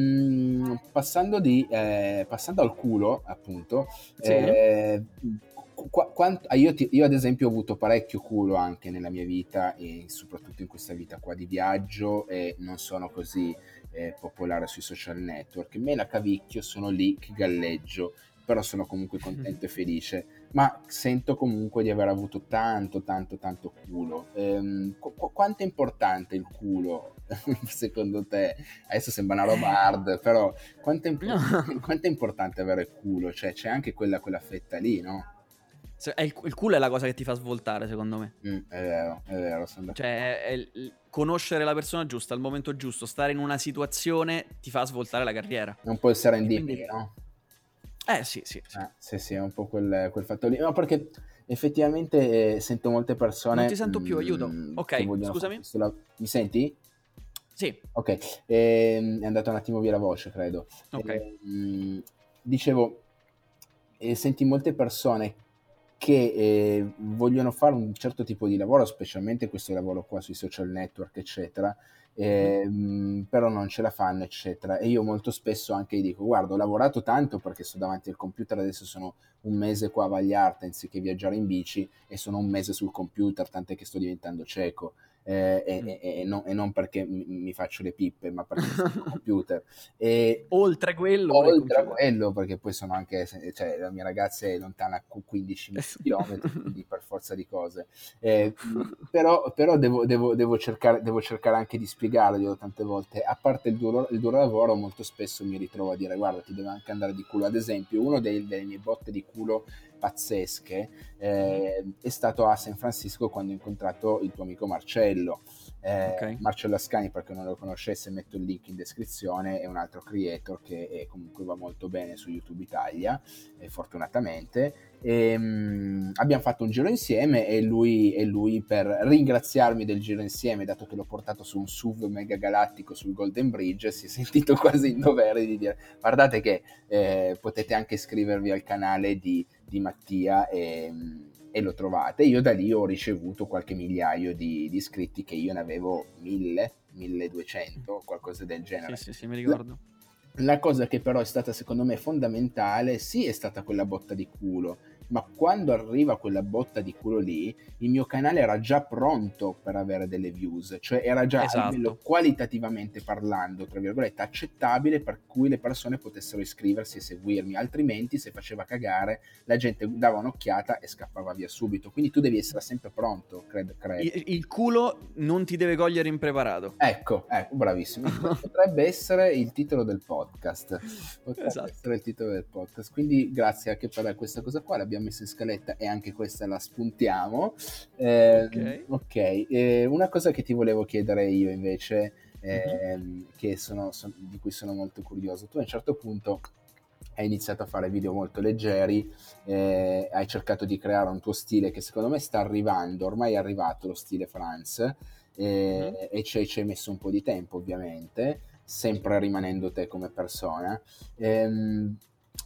A: ehm, passando, di, eh, passando al culo, appunto,
B: Sì?
A: eh, qua- quant- ah, io, ti- io ad esempio ho avuto parecchio culo anche nella mia vita e soprattutto in questa vita qua di viaggio e non sono così eh, popolare sui social network. Me la cavicchio, sono lì che galleggio, però sono comunque contento e felice, ma sento comunque di aver avuto tanto, tanto, tanto culo. Ehm, qu- qu- quanto è importante il culo, secondo te? Adesso sembra una roba
B: Eh,
A: hard, però quanto è, impor-
B: no.
A: quanto è importante avere culo? Cioè, c'è anche quella, quella fetta lì, no?
B: Se- è il, il culo è la cosa che ti fa svoltare, secondo me.
A: Mm, è vero, è vero, sono d'accordo.
B: Cioè, è il- il- conoscere la persona giusta al momento giusto, stare in una situazione ti fa svoltare la carriera.
A: È un po' il
B: E
A: serendipity,
B: quindi,
A: no?
B: eh sì, sì, sì.
A: Eh, sì, sì, è un po' quel, quel fatto lì. No, perché effettivamente eh, sento molte
B: Non ti
A: persone
B: sento più, aiuto.
A: mm, che
B: Ok,
A: vogliono fare
B: scusami?
A: questo lavoro. Mi senti?
B: Sì,
A: Ok, ehm, è andata un attimo via la voce, credo.
B: ok.
A: Ehm, dicevo, eh, senti molte persone che eh, vogliono fare un certo tipo di lavoro, specialmente questo lavoro qua sui social network, eccetera,
B: Mhm.
A: ehm, però non ce la fanno, eccetera. E io molto spesso anche gli dico, guarda, ho lavorato tanto perché sto davanti al computer, adesso sono un mese qua a Vagliarta anziché viaggiare in bici e sono un mese sul computer, tant'è che sto diventando cieco. eh, e,
B: Mm.
A: e- e non, e non perché mi, mi faccio le pippe, ma perché sono al computer. E
B: Oltre quello, pure il
A: oltre a
B: computer.
A: quello, perché poi sono anche, cioè la mia ragazza è lontana quindicimila chilometri, quindi per forza di cose. Eh, mh, però però devo, devo- devo cercare, devo cercare anche di spiegarglielo tante volte. A parte il duro, il duro lavoro, molto spesso mi ritrovo a dire guarda, ti deve anche andare di culo. Ad esempio, uno dei- delle mie botte di culo pazzesche eh, è stato a San Francisco quando ho incontrato il tuo amico Marcello. Eh,
B: Ok.
A: Marcello Ascani, per chi non lo conoscesse, metto il link in descrizione, è un altro creator che è, comunque va molto bene su YouTube Italia, eh, fortunatamente. E, mh, abbiamo fatto un giro insieme e lui, e lui per ringraziarmi del giro insieme, dato che l'ho portato su un S U V mega galattico sul Golden Bridge, si è sentito quasi in dovere di dire guardate che eh, potete anche iscrivervi al canale di, di Mattia e, e lo trovate. Io da lì ho ricevuto qualche migliaio di, di iscritti, che io ne avevo mille, milleduecento, qualcosa del
B: Sì,
A: genere.
B: sì, sì, mi
A: La,
B: ricordo.
A: la cosa che però è stata secondo me fondamentale, sì, è stata quella botta di culo, ma quando arriva quella botta di culo lì, il mio canale era già pronto per avere delle views, cioè era già a livello
B: Esatto.
A: qualitativamente parlando, tra virgolette, accettabile, per cui le persone potessero iscriversi e seguirmi, altrimenti se faceva cagare la gente dava un'occhiata e scappava via subito. Quindi tu devi essere sempre pronto, credo. credo.
B: Il, il culo non ti deve cogliere impreparato.
A: Ecco, ecco, bravissimo. Potrebbe essere il titolo del podcast. Potrebbe
B: Esatto.
A: essere il titolo del podcast. Quindi grazie anche per questa cosa qua, l'abbiamo messa in scaletta e anche questa la spuntiamo. Eh,
B: Ok.
A: ok, eh, una cosa che ti volevo chiedere io invece,
B: Mhm.
A: ehm, che sono, son- di cui sono molto curioso. Tu a un certo punto hai iniziato a fare video molto leggeri, eh, hai cercato di creare un tuo stile che secondo me sta arrivando, ormai è arrivato lo stile France,
B: Mhm.
A: eh, e ci hai, ci hai messo un po' di tempo ovviamente, sempre rimanendo te come persona. Ehm,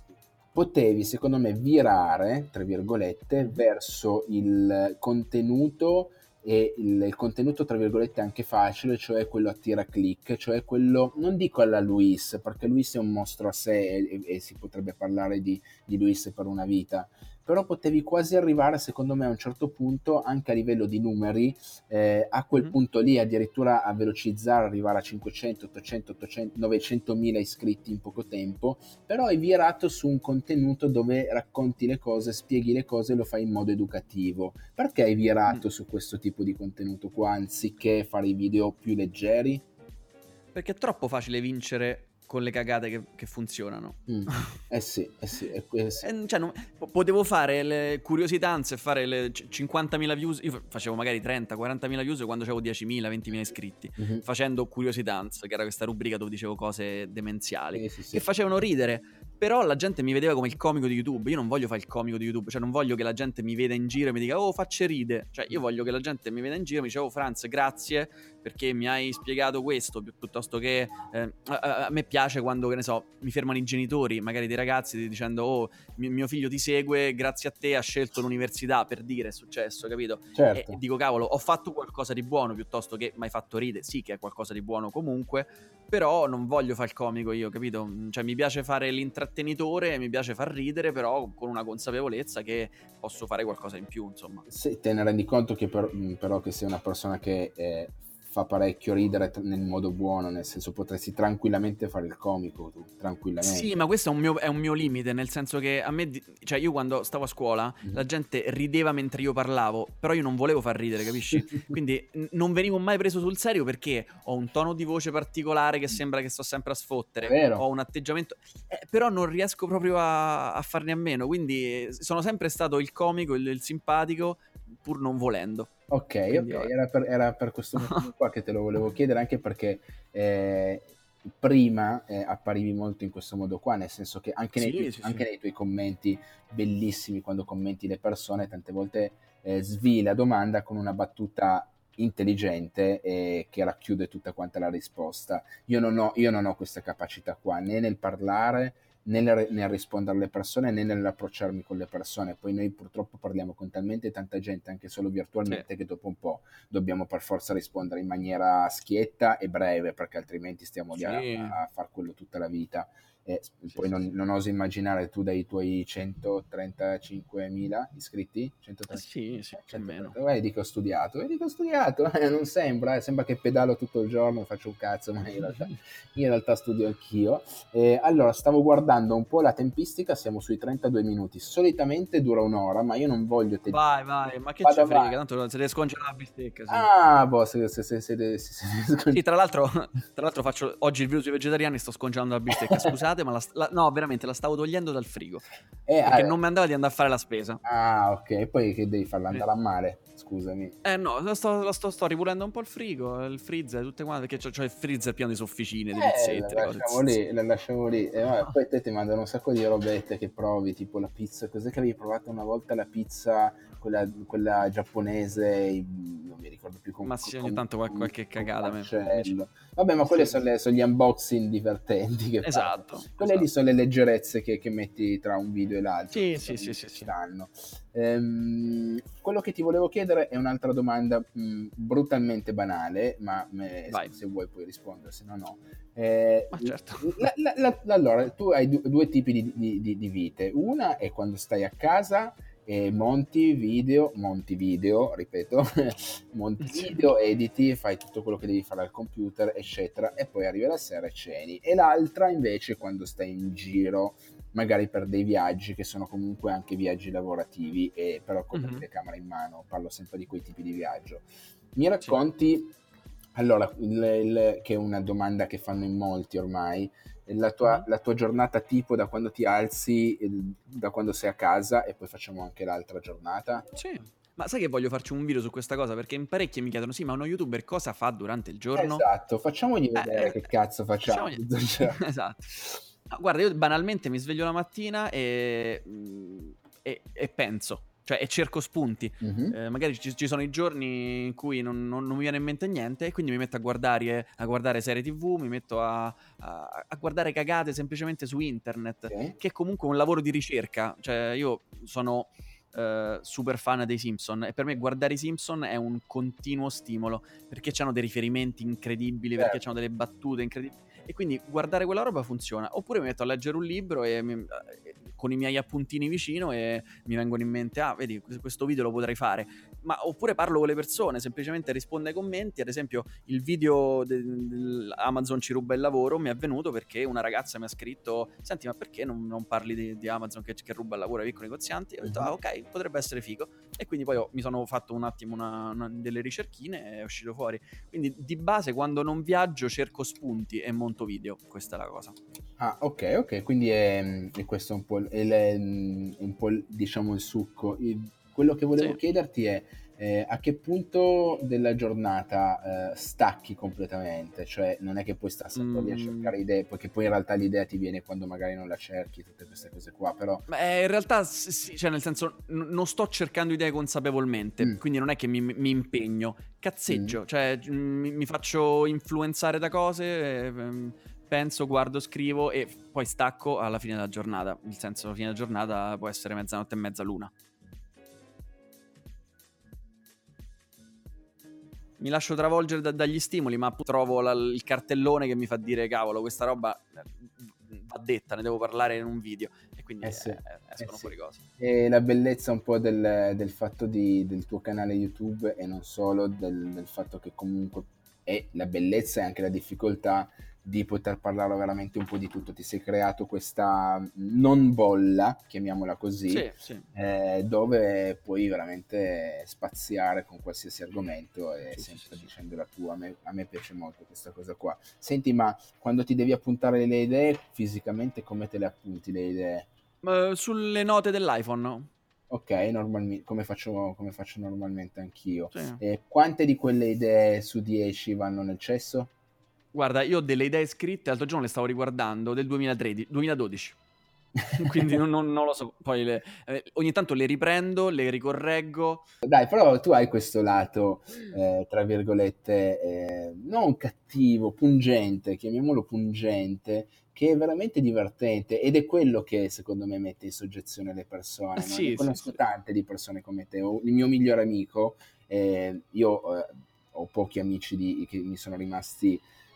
A: Potevi secondo me virare, tra virgolette,
B: Mhm.
A: verso il contenuto, e il, il contenuto tra virgolette anche facile, cioè quello a tira click, cioè quello, non dico alla Luis, perché Luis è un mostro a sé e, e si potrebbe parlare di, di Luis per una vita, però potevi quasi arrivare secondo me a un certo punto anche a livello di numeri, eh, a quel
B: Mhm.
A: punto lì addirittura a velocizzare, arrivare a cinquecento, ottocento, ottocento, novecentomila iscritti in poco tempo, però hai virato su un contenuto dove racconti le cose, spieghi le cose e lo fai in modo educativo. Perché hai
B: Mm.
A: virato su questo tipo di contenuto qua anziché fare i video più leggeri?
B: Perché è troppo facile vincere con le cagate che, che funzionano.
A: Mm. Eh sì, eh sì, eh, eh sì.
B: Eh, cioè, non- po- potevo fare le curiositanze e fare le c- cinquantamila views. Io fa- facevo magari trenta quarantamila views quando avevo diecimila ventimila iscritti,
A: Mhm.
B: facendo curiositanze, che era questa rubrica dove dicevo cose demenziali,
A: Sì, sì,
B: che
A: sì.
B: facevano ridere. Però la gente mi vedeva come il comico di YouTube. Io non voglio fare il comico di YouTube, cioè non voglio che la gente mi veda in giro e mi dica oh facce ride. Cioè io voglio che la gente mi veda in giro e mi dice oh Franz grazie perché mi hai spiegato questo, pi- piuttosto che eh, a, a- a me piace quando, che ne so, mi fermano i genitori, magari dei ragazzi, dicendo oh mio, mio figlio ti segue, grazie a te ha scelto l'università, per dire è successo, capito? E
A: Certo.
B: dico cavolo, ho fatto qualcosa di buono piuttosto che mi hai fatto ridere, sì che è qualcosa di buono comunque, però non voglio fare il comico io, capito? Cioè mi piace fare l'intrattenitore, mi piace far ridere, però con una consapevolezza che posso fare qualcosa in più, insomma.
A: Se te ne rendi conto che per- mh, però che sei una persona che eh, fa parecchio ridere t- nel modo buono, nel senso potresti tranquillamente fare il comico tu,
B: Sì,
A: tranquillamente.
B: ma questo è un mio, è un mio limite, nel senso che a me, di- cioè io quando stavo a scuola,
A: Mhm.
B: la gente rideva mentre io parlavo, però io non volevo far ridere, capisci? Quindi n- non venivo mai preso sul serio perché ho un tono di voce particolare che sembra che sto sempre a
A: È
B: sfottere,
A: vero.
B: ho un atteggiamento, eh, però non riesco proprio a, a farne a meno, quindi eh, sono sempre stato il comico, il, il simpatico, pur non volendo.
A: Ok, ok,
B: Quindi vabbè.
A: era per, era per questo motivo qua che te lo volevo chiedere, anche perché eh, prima eh, apparivi molto in questo modo qua, nel senso che anche nei, tuoi,
B: Sì, sì,
A: anche
B: sì.
A: nei tuoi commenti bellissimi, quando commenti le persone, tante volte eh, svii la domanda con una battuta intelligente e che racchiude tutta quanta la risposta. Io non ho, io non ho questa capacità qua, né nel parlare, né nel, nel rispondere alle persone, né nell'approcciarmi con le persone. Poi noi purtroppo parliamo con talmente tanta gente, anche solo
B: Sì.
A: virtualmente, che dopo un po' dobbiamo per forza rispondere in maniera schietta e breve, perché altrimenti stiamo lì a,
B: Sì.
A: a far quello tutta la vita. e
B: Sì,
A: poi
B: sì,
A: non,
B: sì.
A: non oso immaginare tu dai tuoi centotrentacinquemila iscritti,
B: Eh,
A: centotrenta,
B: sì, sì,
A: eh,
B: più o meno.
A: centotrenta, vedi che ho studiato, vedi che ho studiato, eh, non sembra, eh, sembra che pedalo tutto il giorno e faccio un cazzo, ma in realtà, in realtà studio anch'io. Eh, allora, stavo guardando un po' la tempistica, siamo sui trentadue minuti, solitamente dura un'ora, ma io non voglio te...
B: Vai, vai, ma che
A: Vado
B: ce frega,
A: avanti.
B: tanto se ne scongela la bistecca, sì.
A: Ah, boh, se, se, se, se, se, se, se-
B: Sì, tra l'altro, tra l'altro faccio oggi il video sui vegetariani, sto scongelando la bistecca, scusate, ma la, la- no, veramente la stavo togliendo dal frigo,
A: Eh,
B: perché
A: ah,
B: non mi andava di andare a fare la spesa.
A: ah, ok, poi che devi farla
B: Eh,
A: andare a mare, scusami.
B: eh no, la sto, la sto, sto ripulendo un po' il frigo, il freezer, tutte quante, perché c'ho, c'ho il freezer pieno di sofficine, di
A: Eh, la
B: pizzette, di cose.
A: lasciamo lì, la lasciamo lì. E vabbè, poi te ti mandano un sacco di robette che provi, tipo la pizza. Cos'è che avevi provato una volta la pizza, quella, quella giapponese, i- non mi ricordo più, con,
B: Ma sì, ogni
A: con,
B: tanto qual-
A: con,
B: qualche
A: con
B: cagata me, mi ci-
A: cancello. Vabbè, ma quelle
B: sì.
A: sono, le- sono gli unboxing divertenti che fanno.
B: Esatto,
A: Quelle lì
B: esatto.
A: sono le leggerezze che, che metti tra un video e l'altro,
B: Sì,
A: che
B: sì,
A: secondo
B: sì,
A: me
B: sì,
A: ci
B: sì.
A: stanno. Ehm, quello che ti volevo chiedere è un'altra domanda mh, brutalmente banale, ma me- se,
B: Vai,
A: se vuoi puoi rispondere, se no no. Eh,
B: ma certo.
A: la- la- la- allora, tu hai du- due tipi di, di- di- di vite. Una è quando stai a casa e monti video, monti video, ripeto, monti
B: Sì.
A: video, editi, fai tutto quello che devi fare al computer, eccetera, e poi arrivi la sera e ceni. E l'altra invece è quando stai in giro, magari per dei viaggi che sono comunque anche viaggi lavorativi, e però con la
B: Mhm,
A: telecamera in mano, parlo sempre di quei tipi di viaggio. Mi
B: sì.
A: racconti, allora, il- il- che è una domanda che fanno in molti ormai, la tua,
B: Mhm.
A: la tua giornata tipo da quando ti alzi, eh, da quando sei a casa, e poi facciamo anche l'altra giornata.
B: Sì. Ma sai che voglio farci un video su questa cosa? Perché in parecchi mi chiedono, sì, ma uno youtuber cosa fa durante il giorno?
A: Esatto, facciamogli
B: Eh,
A: vedere
B: eh,
A: che cazzo facciamo.
B: facciamo... Esatto. No, guarda, io banalmente mi sveglio la mattina e, mm, e- e penso, cioè, e cerco spunti.
A: Mhm.
B: Eh, magari ci, ci sono i giorni in cui non, non- non mi viene in mente niente e quindi mi metto a guardare, a guardare serie tivù, mi metto a, a- a guardare cagate semplicemente su internet,
A: Sì.
B: che è comunque un lavoro di ricerca. Cioè, io sono eh, super fan dei Simpson e per me guardare i Simpson è un continuo stimolo perché hanno dei riferimenti incredibili, perché hanno
A: Certo.
B: delle battute incredibili. E quindi guardare quella roba funziona. Oppure mi metto a leggere un libro e mi- eh, con i miei appuntini vicino e mi vengono in mente, ah, vedi, questo video lo potrei fare. Ma oppure parlo con le persone, semplicemente rispondo ai commenti. Ad esempio, il video del Amazon ci ruba il lavoro mi è venuto perché una ragazza mi ha scritto: senti, ma perché non, non parli di, di Amazon che, che ruba il lavoro ai piccoli negozianti? E ho detto,
A: Mhm.
B: ah, ok, potrebbe essere figo. E quindi poi ho- mi sono fatto un attimo una- una- delle ricerchine e è uscito fuori. Quindi di base quando non viaggio cerco spunti e monto video, questa è la cosa.
A: Ah, ok, ok, quindi è, è questo un po', il, è il- un po' il- diciamo il succo. Il- quello che volevo
B: Sì.
A: chiederti è eh, a che punto della giornata eh, stacchi completamente, cioè non è che puoi stare sempre lì a
B: Mm,
A: cercare idee, perché poi in realtà l'idea ti viene quando magari non la cerchi, tutte queste cose qua, però...
B: ma eh, in realtà s- sì, cioè nel senso n- non sto cercando idee consapevolmente,
A: Mm,
B: quindi non è che mi, mi impegno,
A: mm.
B: cazzeggio, cioè mm, mi, mi faccio influenzare da cose, eh, ehm, penso, guardo, scrivo e poi stacco alla fine della giornata, nel senso la fine della giornata può essere mezzanotte e mezza, l'una. Mi lascio travolgere da- dagli stimoli, ma trovo la- il cartellone che mi fa dire, cavolo, questa roba eh, va detta, ne devo parlare in un video. E quindi
A: Eh
B: eh,
A: sì,
B: eh,
A: eh
B: escono
A: sì.
B: fuori cose.
A: E la bellezza un po' del, del fatto di- del tuo canale YouTube, e non solo, del, del fatto che comunque è la bellezza e anche la difficoltà di poter parlare veramente un po' di tutto. Ti sei creato questa non bolla, chiamiamola così,
B: Sì, sì,
A: eh, dove puoi veramente spaziare con qualsiasi argomento e
B: sì, sì, sì,
A: sempre
B: sì.
A: dicendo la tua. A me, a me piace molto questa cosa qua. Senti, ma quando ti devi appuntare le idee, fisicamente come te le appunti le idee?
B: Ma sulle note dell'iPhone, no?
A: Ok, normalmente, come faccio, come faccio normalmente anch'io.
B: Sì.
A: E quante di quelle idee su dieci vanno nel cesso?
B: Guarda, io ho delle idee scritte, l'altro giorno le stavo riguardando, del duemilatredici, duemiladodici. Quindi non, non- non lo so. Poi le- eh, ogni tanto le riprendo, le ricorreggo.
A: Dai, però tu hai questo lato, eh, tra virgolette, eh, non cattivo, pungente, chiamiamolo pungente, che è veramente divertente, ed è quello che secondo me mette in soggezione le
B: Eh,
A: persone, no? Ne
B: sì, sì,
A: conosco
B: sì.
A: tante di persone come te. Ho- Il mio migliore amico, eh, io eh, ho pochi amici di- che mi sono rimasti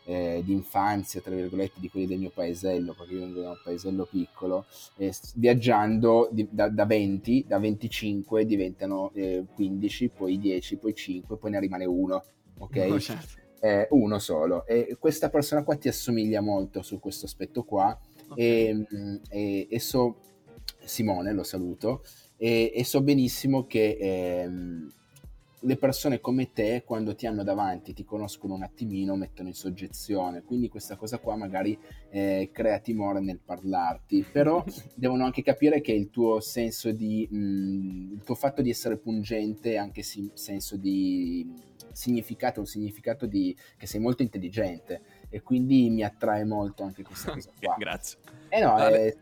A: eh, di infanzia, tra virgolette, di quelli del mio paesello, perché io vengo da un paesello piccolo, eh, viaggiando di, da, da venti, da venticinque diventano eh, quindici, poi dieci, poi cinque, poi ne rimane uno, ok?
B: No, certo.
A: Eh, uno solo. E questa persona qua ti assomiglia molto su questo aspetto qua.
B: Okay.
A: E, e, e so, Simone, lo saluto, e, e so benissimo che ehm, le persone come te, quando ti hanno davanti, ti conoscono un attimino, mettono in soggezione, quindi questa cosa qua magari eh, crea timore nel parlarti, però devono anche capire che il tuo senso di, mh, il tuo fatto di essere pungente, anche si, senso di significato, un significato di che sei molto intelligente, e quindi mi attrae molto anche questa cosa qua.
B: Grazie.
A: Eh no,
B: Vabbè.
A: eh,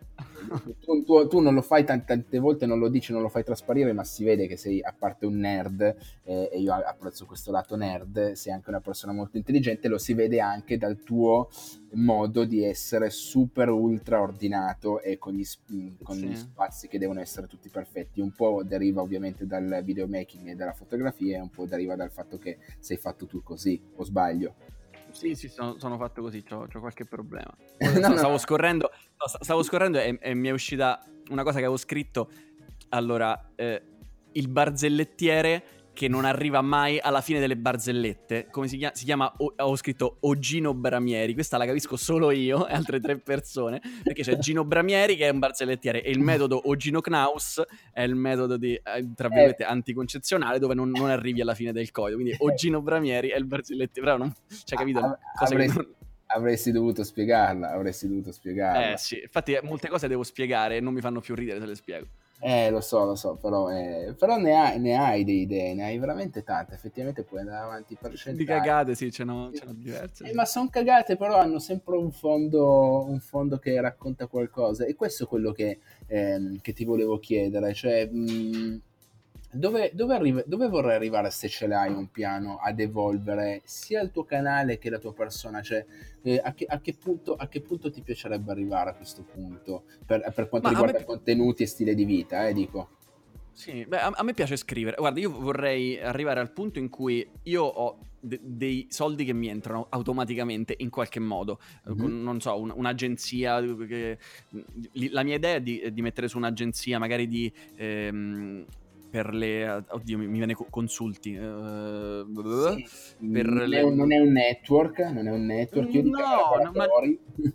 A: tu, tu, tu non lo fai tante, tante volte, non lo dici, non lo fai trasparire, ma si vede che sei, a parte un nerd, eh, e io apprezzo questo lato nerd, sei anche una persona molto intelligente, lo si vede anche dal tuo modo di essere super ultra ordinato e con gli, con
B: Sì.
A: gli spazi che devono essere tutti perfetti. Un po' deriva ovviamente dal videomaking e dalla fotografia, e un po' deriva dal fatto che sei fatto tu così, o sbaglio?
B: Sì, sì, sono, sono fatto così, c'ho, c'ho qualche problema.
A: no,
B: Stavo,
A: no,
B: stavo
A: no.
B: scorrendo, stavo scorrendo e, e mi è uscita una cosa che avevo scritto. Allora, eh, il barzellettiere che non arriva mai alla fine delle barzellette, come si chiama? Si chiama, o- avevo scritto Ogino Bramieri, questa la capisco solo io e altre tre persone, perché c'è Gino Bramieri che è un barzellettiere e il metodo Ogino Knaus è il metodo di, eh, tra virgolette, anticoncezionale, dove non, non arrivi alla fine del coito, quindi Ogino Bramieri è il barzellettiere, però non, cioè, capito?
A: Av-
B: Cosa che
A: avresti,
B: non...
A: avresti dovuto spiegarla, avresti dovuto
B: Eh
A: spiegarla.
B: sì, infatti molte cose devo spiegare e non mi fanno più ridere se le spiego.
A: Eh, lo so, lo so, però, eh, però ne hai, ne hai di idee, ne hai veramente tante, effettivamente puoi andare avanti per
B: Di
A: cent'anni.
B: cagate, sì, ce n'ho, ce n'ho diverse.
A: Eh,
B: Sì.
A: ma sono cagate, però hanno sempre un fondo, un fondo che racconta qualcosa, e questo è quello che, ehm, che ti volevo chiedere, cioè, mh, dove, dove, arri- dove vorrai arrivare, se ce l'hai un piano, ad evolvere sia il tuo canale che la tua persona, cioè, eh, a, che, a che punto, a che punto ti piacerebbe arrivare a questo punto, per, per quanto
B: Ma a me,
A: riguarda contenuti e stile di vita, eh, dico.
B: sì, beh, a, a me piace scrivere. Guarda, io vorrei arrivare al punto in cui io ho de- dei soldi che mi entrano automaticamente in qualche modo. Eh,
A: Mhm.
B: con, non so, un- un'agenzia. Che, la mia idea è di, è di mettere su un'agenzia, magari di. Ehm, per le. Oddio, mi, mi viene co- consulti. eh,
A: Sì,
B: per
A: non è,
B: le.
A: un, non è un network, non è un network, io dicevo
B: No, no, ma.
A: laboratori.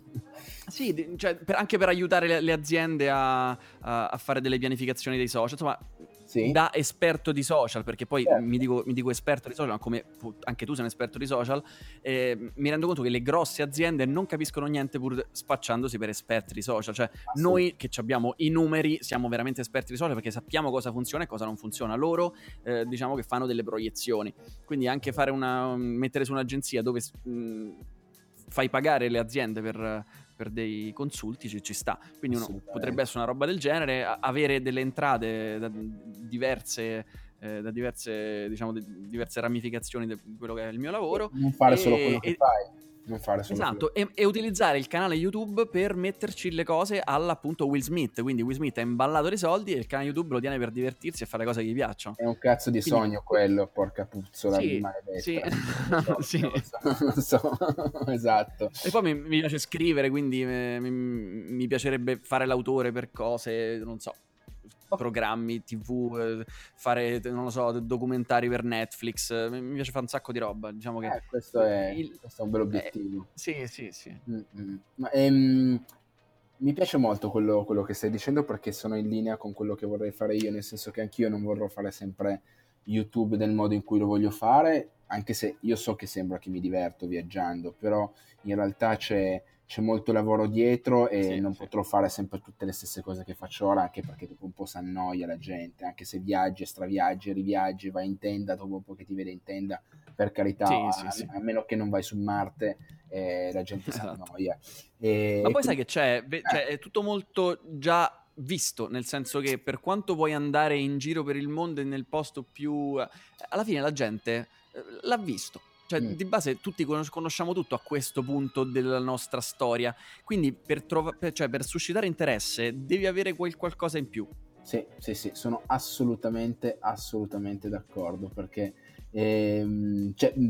B: Sì, di- cioè, per- anche per aiutare le, le aziende a, a- a fare delle pianificazioni dei social, insomma,
A: Sì,
B: da esperto di social, perché poi mi
A: certo,
B: dico, mi dico esperto di social, ma come pu- anche tu sei un esperto di social, eh, mi rendo conto che le grosse aziende non capiscono niente pur spacciandosi per esperti di social. Cioè, noi
A: assolutamente.
B: che ci abbiamo i numeri siamo veramente esperti di social perché sappiamo cosa funziona e cosa non funziona. Loro, eh, diciamo che fanno delle proiezioni. Quindi anche fare una, mettere su un'agenzia dove mh, fai pagare le aziende per per dei consulti ci, ci sta, quindi uno potrebbe
A: Assolutamente.
B: essere una roba del genere, a- avere delle entrate da diverse, eh, da diverse, diciamo, di- diverse ramificazioni di quello che è il mio lavoro
A: Non fare solo quello
B: e,
A: che
B: e-
A: fai, non fare solo quello
B: esatto, e, e utilizzare il canale YouTube per metterci le cose all'appunto Will Smith, quindi Will Smith è imballato dei soldi e il canale YouTube lo tiene per divertirsi e fare le cose che gli piacciono.
A: è un cazzo di
B: Quindi
A: sogno quello, porca puzzola di
B: sì, sì,
A: maledetta. Lo so,
B: sì.
A: lo so, lo so, esatto.
B: E poi mi, mi piace scrivere, quindi eh, mi, mi piacerebbe fare l'autore per cose, non so, programmi tivù, eh, fare, non lo so, documentari per Netflix. eh, Mi mi piace fare un sacco di roba. Diciamo che
A: Eh, questo è,
B: il,
A: questo è un bel
B: eh,
A: obiettivo.
B: sì, sì, sì.
A: Mm-mm. Ma, ehm, mi piace molto quello, quello che stai dicendo, perché sono in linea con quello che vorrei fare io, nel senso che anch'io non vorrò fare sempre YouTube nel modo in cui lo voglio fare, anche se io so che sembra che mi diverto viaggiando, però in realtà c'è, c'è molto lavoro dietro, e
B: Sì,
A: non
B: sì.
A: potrò fare sempre tutte le stesse cose che faccio ora, anche perché dopo un po' si annoia la gente, anche se viaggi, straviaggi, riviaggi, vai in tenda, dopo un po' che ti vede in tenda, per carità,
B: Sì, sì,
A: a,
B: sì.
A: a meno che non vai su Marte, eh, la gente si
B: Esatto.
A: annoia. E,
B: Ma
A: e
B: poi sai
A: quindi,
B: che c'è? Ve-
A: eh,
B: cioè, è tutto molto già visto, nel senso che per quanto vuoi andare in giro per il mondo e nel posto più... eh, alla fine la gente eh, l'ha visto. Cioè,
A: mm,
B: di base tutti conos- conosciamo tutto a questo punto della nostra storia. Quindi per, trova- per- cioè, per suscitare interesse devi avere quel qualcosa in più.
A: sì, sì, sì, sono assolutamente, assolutamente d'accordo, perché ehm, cioè, mh,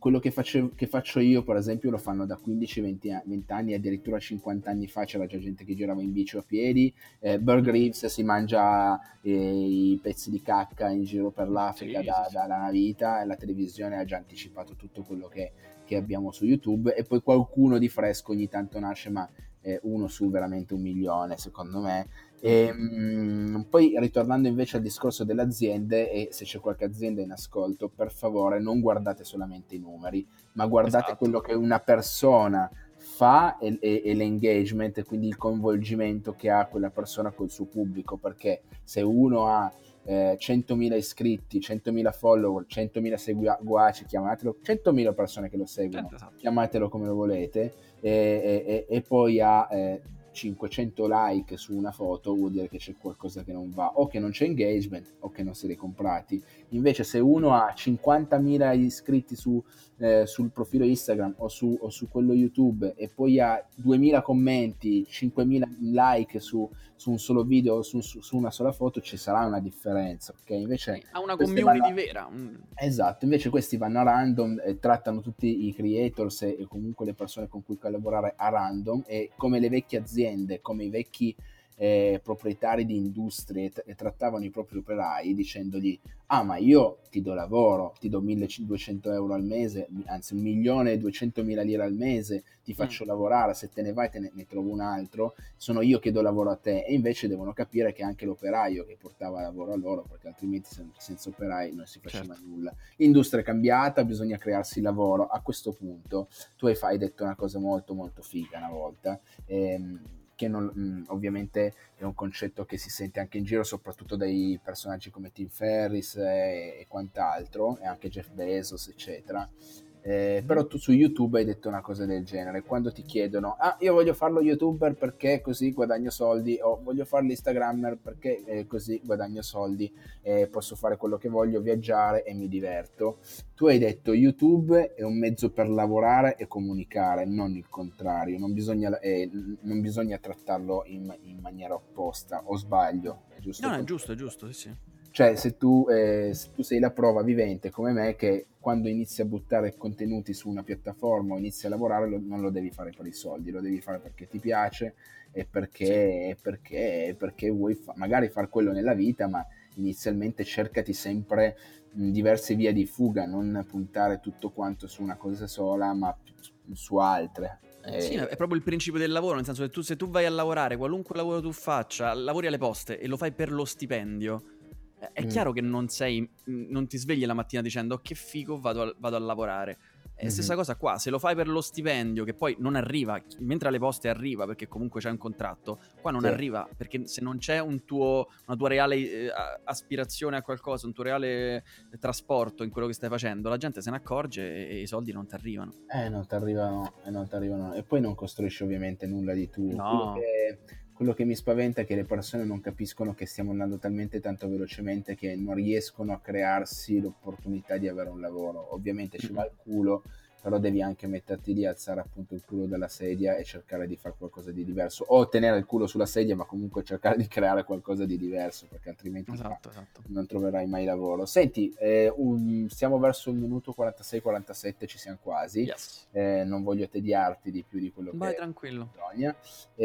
A: quello che, face, che faccio io, per esempio, lo fanno da quindici venti anni, addirittura cinquanta anni fa c'era già gente che girava in bici o a piedi. eh, Bear Grylls si mangia eh, i pezzi di cacca in giro per l'Africa
B: Sì,
A: da,
B: sì, sì.
A: dalla una vita, e la televisione ha già anticipato tutto quello che, che abbiamo su YouTube, e poi qualcuno di fresco ogni tanto nasce, ma eh, uno su veramente un milione secondo me. E,
B: Mm-hmm.
A: mh, poi ritornando invece al discorso delle aziende, e se c'è qualche azienda in ascolto, per favore non guardate solamente i numeri, ma guardate
B: Esatto.
A: quello che una persona fa e, e, e l'engagement, e quindi il coinvolgimento che ha quella persona col suo pubblico, perché se uno ha eh, centomila iscritti, centomila follower, centomila seguaci, chiamatelo, centomila persone che lo seguono,
B: Esatto.
A: chiamatelo come lo volete, e, e, e poi ha eh, cinquecento like su una foto, vuol dire che c'è qualcosa che non va, o che non c'è engagement, o che non se li comprati. Invece se uno ha cinquantamila iscritti su, eh, sul profilo Instagram o su, o su quello YouTube, e poi ha duemila commenti, cinquemila like su, su un solo video o su, su, su una sola foto, ci sarà una differenza, ok? Invece
B: Sì, ha una
A: queste
B: community
A: vanno...
B: vera. Mm.
A: Esatto, invece questi vanno a random, e trattano tutti i creators e, e comunque le persone con cui collaborare a random, e come le vecchie aziende, come i vecchi eh, proprietari di industrie t- e trattavano i propri operai dicendogli: ah, ma io ti do lavoro, ti do milleduecento euro al mese, anzi un milione e duecentomila lire al mese, ti faccio
B: Mm.
A: lavorare, se te ne vai te ne, ne trovo un altro, sono io che do lavoro a te. E invece devono capire che anche l'operaio che portava lavoro a loro, perché altrimenti senza operai non si faceva
B: Certo.
A: nulla. L'industria è cambiata, bisogna crearsi lavoro. A questo punto tu hai, hai detto una cosa molto molto figa una volta, ehm, che non, mh, ovviamente è un concetto che si sente anche in giro, soprattutto dai personaggi come Tim Ferriss e, e quant'altro, e anche Jeff Bezos eccetera. Eh,
B: Mm-hmm.
A: però tu su YouTube hai detto una cosa del genere, quando ti chiedono: ah, io voglio farlo YouTuber perché così guadagno soldi, o voglio farlo Instagrammer perché eh, così guadagno soldi, eh, posso fare quello che voglio, viaggiare e mi diverto. Tu hai detto YouTube è un mezzo per lavorare e comunicare, non il contrario, non bisogna, eh, non bisogna trattarlo in, in maniera opposta, o sbaglio? È giusto
B: No, no, è
A: così?
B: giusto, è giusto, sì, sì.
A: Cioè, se tu, eh, se tu sei la prova vivente come me, che quando inizi a buttare contenuti su una piattaforma o inizi a lavorare, lo, non lo devi fare per i soldi, lo devi fare perché ti piace, e
B: Sì.
A: perché, e perché, e perché vuoi fa- magari far quello nella vita, ma inizialmente cercati sempre mh, diverse vie di fuga, non puntare tutto quanto su una cosa sola, ma su altre.
B: Sì,
A: Eh,
B: è proprio il principio del lavoro, nel senso che tu, se tu vai a lavorare, qualunque lavoro tu faccia, lavori alle poste e lo fai per lo stipendio, eh, è
A: mm,
B: chiaro che non sei, mm, non ti svegli la mattina dicendo: "Oh, che figo, vado a, vado a lavorare." È stessa
A: mhm.
B: cosa qua, se lo fai per lo stipendio, che poi non arriva, mentre alle poste arriva perché comunque c'è un contratto, qua non
A: Sì.
B: arriva, perché se non c'è un tuo, una tua reale eh, aspirazione a qualcosa, un tuo reale trasporto in quello che stai facendo, la gente se ne accorge e, e i soldi non ti arrivano.
A: Eh, non ti arrivano, e non ti arrivano, e poi non costruisci ovviamente nulla di tuo. Quello
B: No.
A: che, quello che mi spaventa è che le persone non capiscono che stiamo andando talmente tanto velocemente che non riescono a crearsi l'opportunità di avere un lavoro. Ovviamente ci va
B: Mm-mm.
A: il culo, però devi anche metterti lì, alzare appunto il culo dalla sedia e cercare di fare qualcosa di diverso, o tenere il culo sulla sedia, ma comunque cercare di creare qualcosa di diverso, perché altrimenti qua
B: Esatto, esatto.
A: non troverai mai lavoro. Senti, eh, un, siamo verso il minuto quarantasei quarantasette, ci siamo quasi.
B: Yes.
A: Eh, non voglio tediarti di più di quello
B: Vai
A: che
B: tranquillo.
A: bisogna.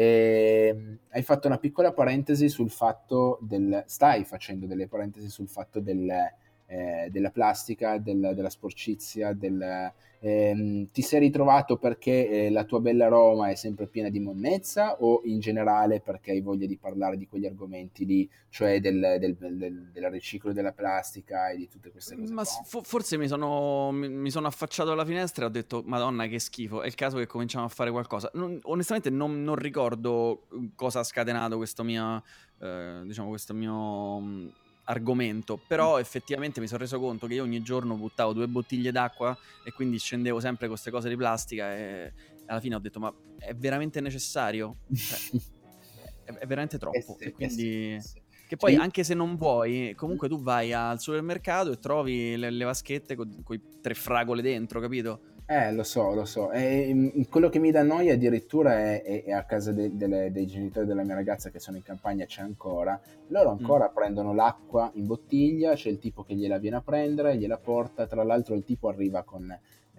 A: Eh, hai fatto una piccola parentesi sul fatto del... stai facendo delle parentesi sul fatto del, eh, della plastica, del, della sporcizia, del... ehm, ti sei ritrovato perché eh, la tua bella Roma è sempre piena di monnezza, o in generale perché hai voglia di parlare di quegli argomenti lì, cioè del, del, del, del riciclo della plastica e di tutte queste cose
B: Ma
A: qua?
B: s- fo- forse mi sono, mi, mi sono affacciato alla finestra e ho detto: Madonna, che schifo. È il caso che cominciamo a fare qualcosa. Non- onestamente, non, non ricordo eh, cosa ha scatenato questo mio, eh, diciamo, questo mio mh, argomento. Però effettivamente mi sono reso conto che io ogni giorno buttavo due bottiglie d'acqua e quindi scendevo sempre con queste cose di plastica. E alla fine ho detto: ma è veramente necessario? Cioè, è, è veramente
A: Eh
B: troppo. E
A: sì, eh sì, eh
B: quindi.
A: sì.
B: Che
A: Cioè
B: poi,
A: io...
B: anche se non vuoi, comunque tu vai al supermercato e trovi le, le vaschette con quei tre fragole dentro, capito?
A: Eh, lo so, lo so. E, mm, quello che mi dà noia addirittura è, è- è a casa de- delle- dei genitori della mia ragazza che sono in campagna, c'è ancora. Loro
B: Mm.
A: ancora prendono l'acqua in bottiglia, c'è il tipo che gliela viene a prendere, gliela porta. Tra l'altro il tipo arriva con,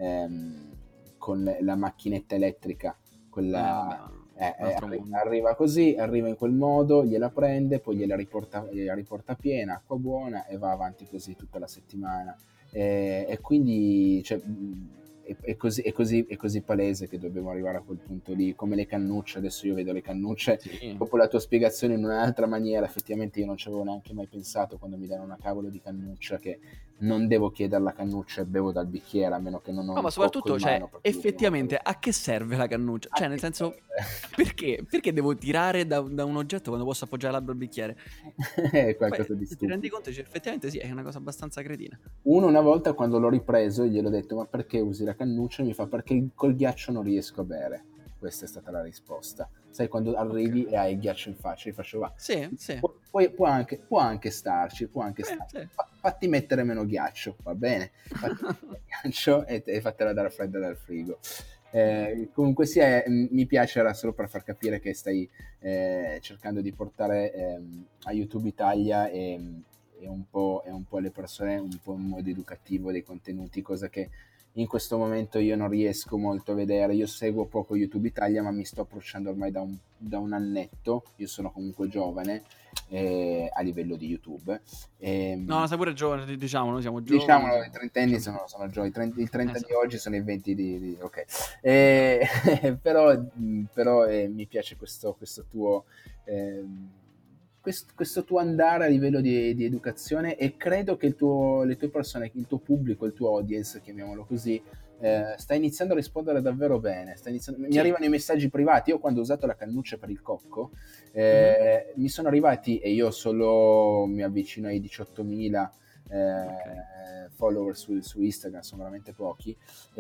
A: ehm, con la macchinetta elettrica,
B: Eh, vabbè,
A: quella...
B: ma
A: eh,
B: un
A: eh,
B: altro
A: arri-
B: mondo.
A: arriva così, arriva in quel modo, gliela prende, poi gliela riporta, gliela riporta piena, acqua buona e va avanti così tutta la settimana. E, e quindi cioè, mh, è, è così, è, così, è così palese che dobbiamo arrivare a quel punto lì, come le cannucce. Adesso io vedo le cannucce
B: Sì.
A: dopo la tua spiegazione in un'altra maniera. Effettivamente io non ci avevo neanche mai pensato quando mi danno una cavolo di cannuccia, che non devo chiedere la cannuccia e bevo dal bicchiere, a meno che non ho
B: No, ma
A: un cocco
B: soprattutto,
A: in
B: cioè,
A: mano, perché io bevo
B: effettivamente,
A: quello.
B: a che serve la cannuccia?
A: A
B: Cioè, nel
A: che
B: senso,
A: serve?
B: perché? Perché devo tirare da, da un oggetto quando posso appoggiare l'albero al bicchiere?
A: È
B: Poi,
A: qualcosa di
B: se ti rendi
A: stupido.
B: conto, cioè, effettivamente sì, è una cosa abbastanza cretina.
A: Uno una volta quando l'ho ripreso gliel'ho detto ma perché usi la cannuccia? Mi fa perché col ghiaccio non riesco a bere. Questa è stata la risposta. Sai quando
B: Ok.
A: arrivi e hai il ghiaccio in faccia, gli faccio va.
B: Sì, sì.
A: Pu- Puoi, può, anche, può anche starci, può anche
B: Sì,
A: starci.
B: sì.
A: Fa- fatti mettere meno ghiaccio, va bene? Fatti mettere ghiaccio e, e fatela dare fredda dal frigo. Eh, comunque sia, eh, mi piace, era solo per far capire che stai eh, cercando di portare ehm, a YouTube Italia e, e un po', e un po' alle persone un po' in modo educativo dei contenuti, cosa che in questo momento io non riesco molto a vedere. Io seguo poco YouTube Italia, ma mi sto approcciando ormai da un, da un annetto. Io sono comunque giovane eh, a livello di YouTube.
B: No,
A: E,
B: no, sei pure giovane, di- diciamo, noi siamo giovani,
A: diciamo i
B: siamo...
A: trentenni
B: siamo-
A: sono, sono gio- i trenta, il trenta di
B: Esatto.
A: oggi sono i venti di, di- ok. Eh, però mh, però eh, mi piace questo, questo tuo ehm, questo, questo tuo andare a livello di, di educazione, e credo che il tuo, le tue persone, il tuo pubblico, il tuo audience, chiamiamolo così, eh, sta iniziando a rispondere davvero bene. Sta iniziando- mi
B: Sì.
A: arrivano i messaggi privati. Io quando ho usato la cannuccia per il cocco
B: Mhm.
A: eh, mi sono arrivati, e io solo mi avvicino ai diciottomila
B: Ok.
A: eh, follower su, su Instagram, sono veramente pochi,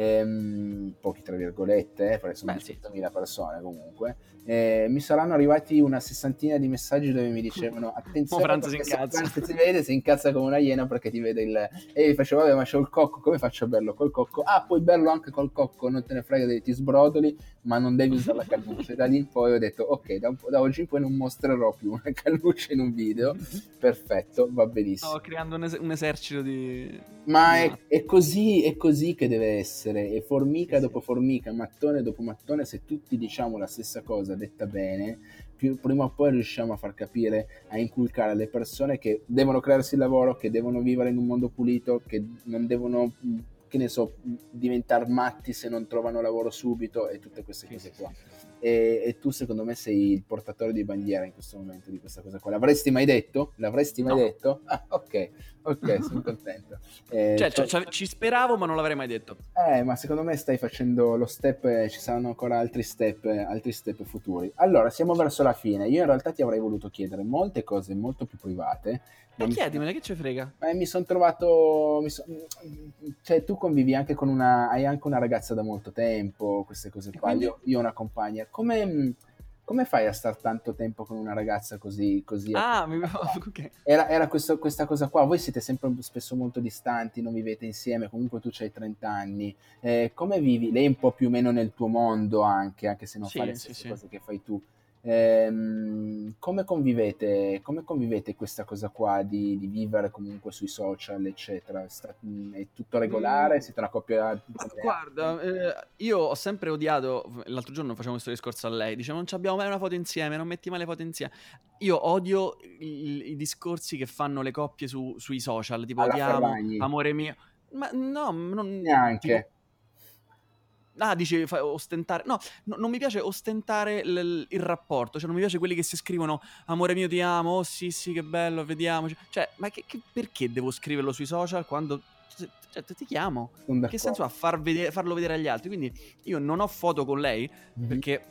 A: ehm, pochi tra virgolette, eh, perché sono
B: Beh, sì.
A: diciottomila persone comunque. Eh, mi saranno arrivati una sessantina di messaggi dove mi dicevano
B: Mo
A: attenzione
B: Franz si
A: perché se
B: incazza.
A: Franz ti vede si incazza come una iena perché ti vede il... E gli facevo vabbè ma c'ho il cocco, come faccio a berlo col cocco? Ah, puoi berlo anche col cocco, non te ne frega, ti sbrodoli, ma non devi usare la cannuccia. E da lì in poi ho detto ok, da, un po', da oggi in poi non mostrerò più una cannuccia in un video. Perfetto, va
B: Stavo
A: benissimo.
B: creando un, es- un esercito di, di
A: Ma è,
B: matti.
A: è così, è così che deve essere, e
B: Sì,
A: formica
B: sì.
A: dopo formica, mattone dopo mattone, se tutti diciamo la stessa cosa detta bene, più, prima o poi riusciamo a far capire, a inculcare alle persone che devono crearsi il lavoro, che devono vivere in un mondo pulito, che non devono, mh, che ne so, mh, diventare matti se non trovano lavoro subito e tutte queste
B: Sì,
A: cose
B: sì,
A: qua.
B: sì, sì.
A: E, e tu secondo me sei il portatore di bandiera in questo momento di questa cosa qua. L'avresti mai detto? L'avresti mai
B: No.
A: detto? Ah, ok, ok, sono contento. Eh,
B: Cioè,
A: cioè-
B: cioè, cioè, ci speravo, ma non l'avrei mai detto.
A: eh, ma secondo me stai facendo lo step, eh, ci saranno ancora altri step, eh, altri step futuri. Allora, siamo verso la fine. Io in realtà ti avrei voluto chiedere molte cose molto più private, ma
B: E
A: mi sono,
B: chiedimela, che ci frega?
A: eh, mi son trovato, mi so- cioè tu convivi anche con una, hai anche una ragazza da molto tempo, queste cose
B: E
A: qua.
B: quindi?
A: Io, io ho una compagna. Come, come fai a stare tanto tempo con una ragazza così, così
B: Ah, mi...
A: affezionata?
B: ok.
A: Era, era questo- questa cosa qua. Voi siete sempre spesso molto distanti, non vivete insieme. Comunque tu hai trenta anni. Eh, come vivi? Lei è un po' più o meno nel tuo mondo anche, anche se non fa le
B: Sì, sì,
A: stesse
B: sì.
A: cose che fai tu. Ehm, come convivete, come convivete questa cosa qua di, di vivere comunque sui social, eccetera? Sta- mh, è tutto
B: Mm,
A: regolare? Siete una coppia
B: ma
A: come le altre?
B: guarda, eh, io ho sempre odiato. L'altro giorno facevo questo discorso a lei. Dicevo, non ci abbiamo mai una foto insieme, non metti mai le foto insieme. Io odio i, i discorsi che fanno le coppie su- sui social, tipo
A: Alla
B: ti amo,
A: Ferragni?
B: amore mio. Ma no, non, tipo,
A: Neanche.
B: ah, dici fa- ostentare. No, no, non mi piace ostentare l- il rapporto. Cioè, non mi piace quelli che si scrivono amore mio, ti amo. Oh, sì, sì, che bello, vediamoci. Cioè, ma che, che- perché devo scriverlo sui social quando. Cioè, ti chiamo?
A: Sono
B: Che senso
A: d'accordo.
B: ha far vedere- farlo vedere agli altri? Quindi io non ho foto con lei
A: Mhm.
B: perché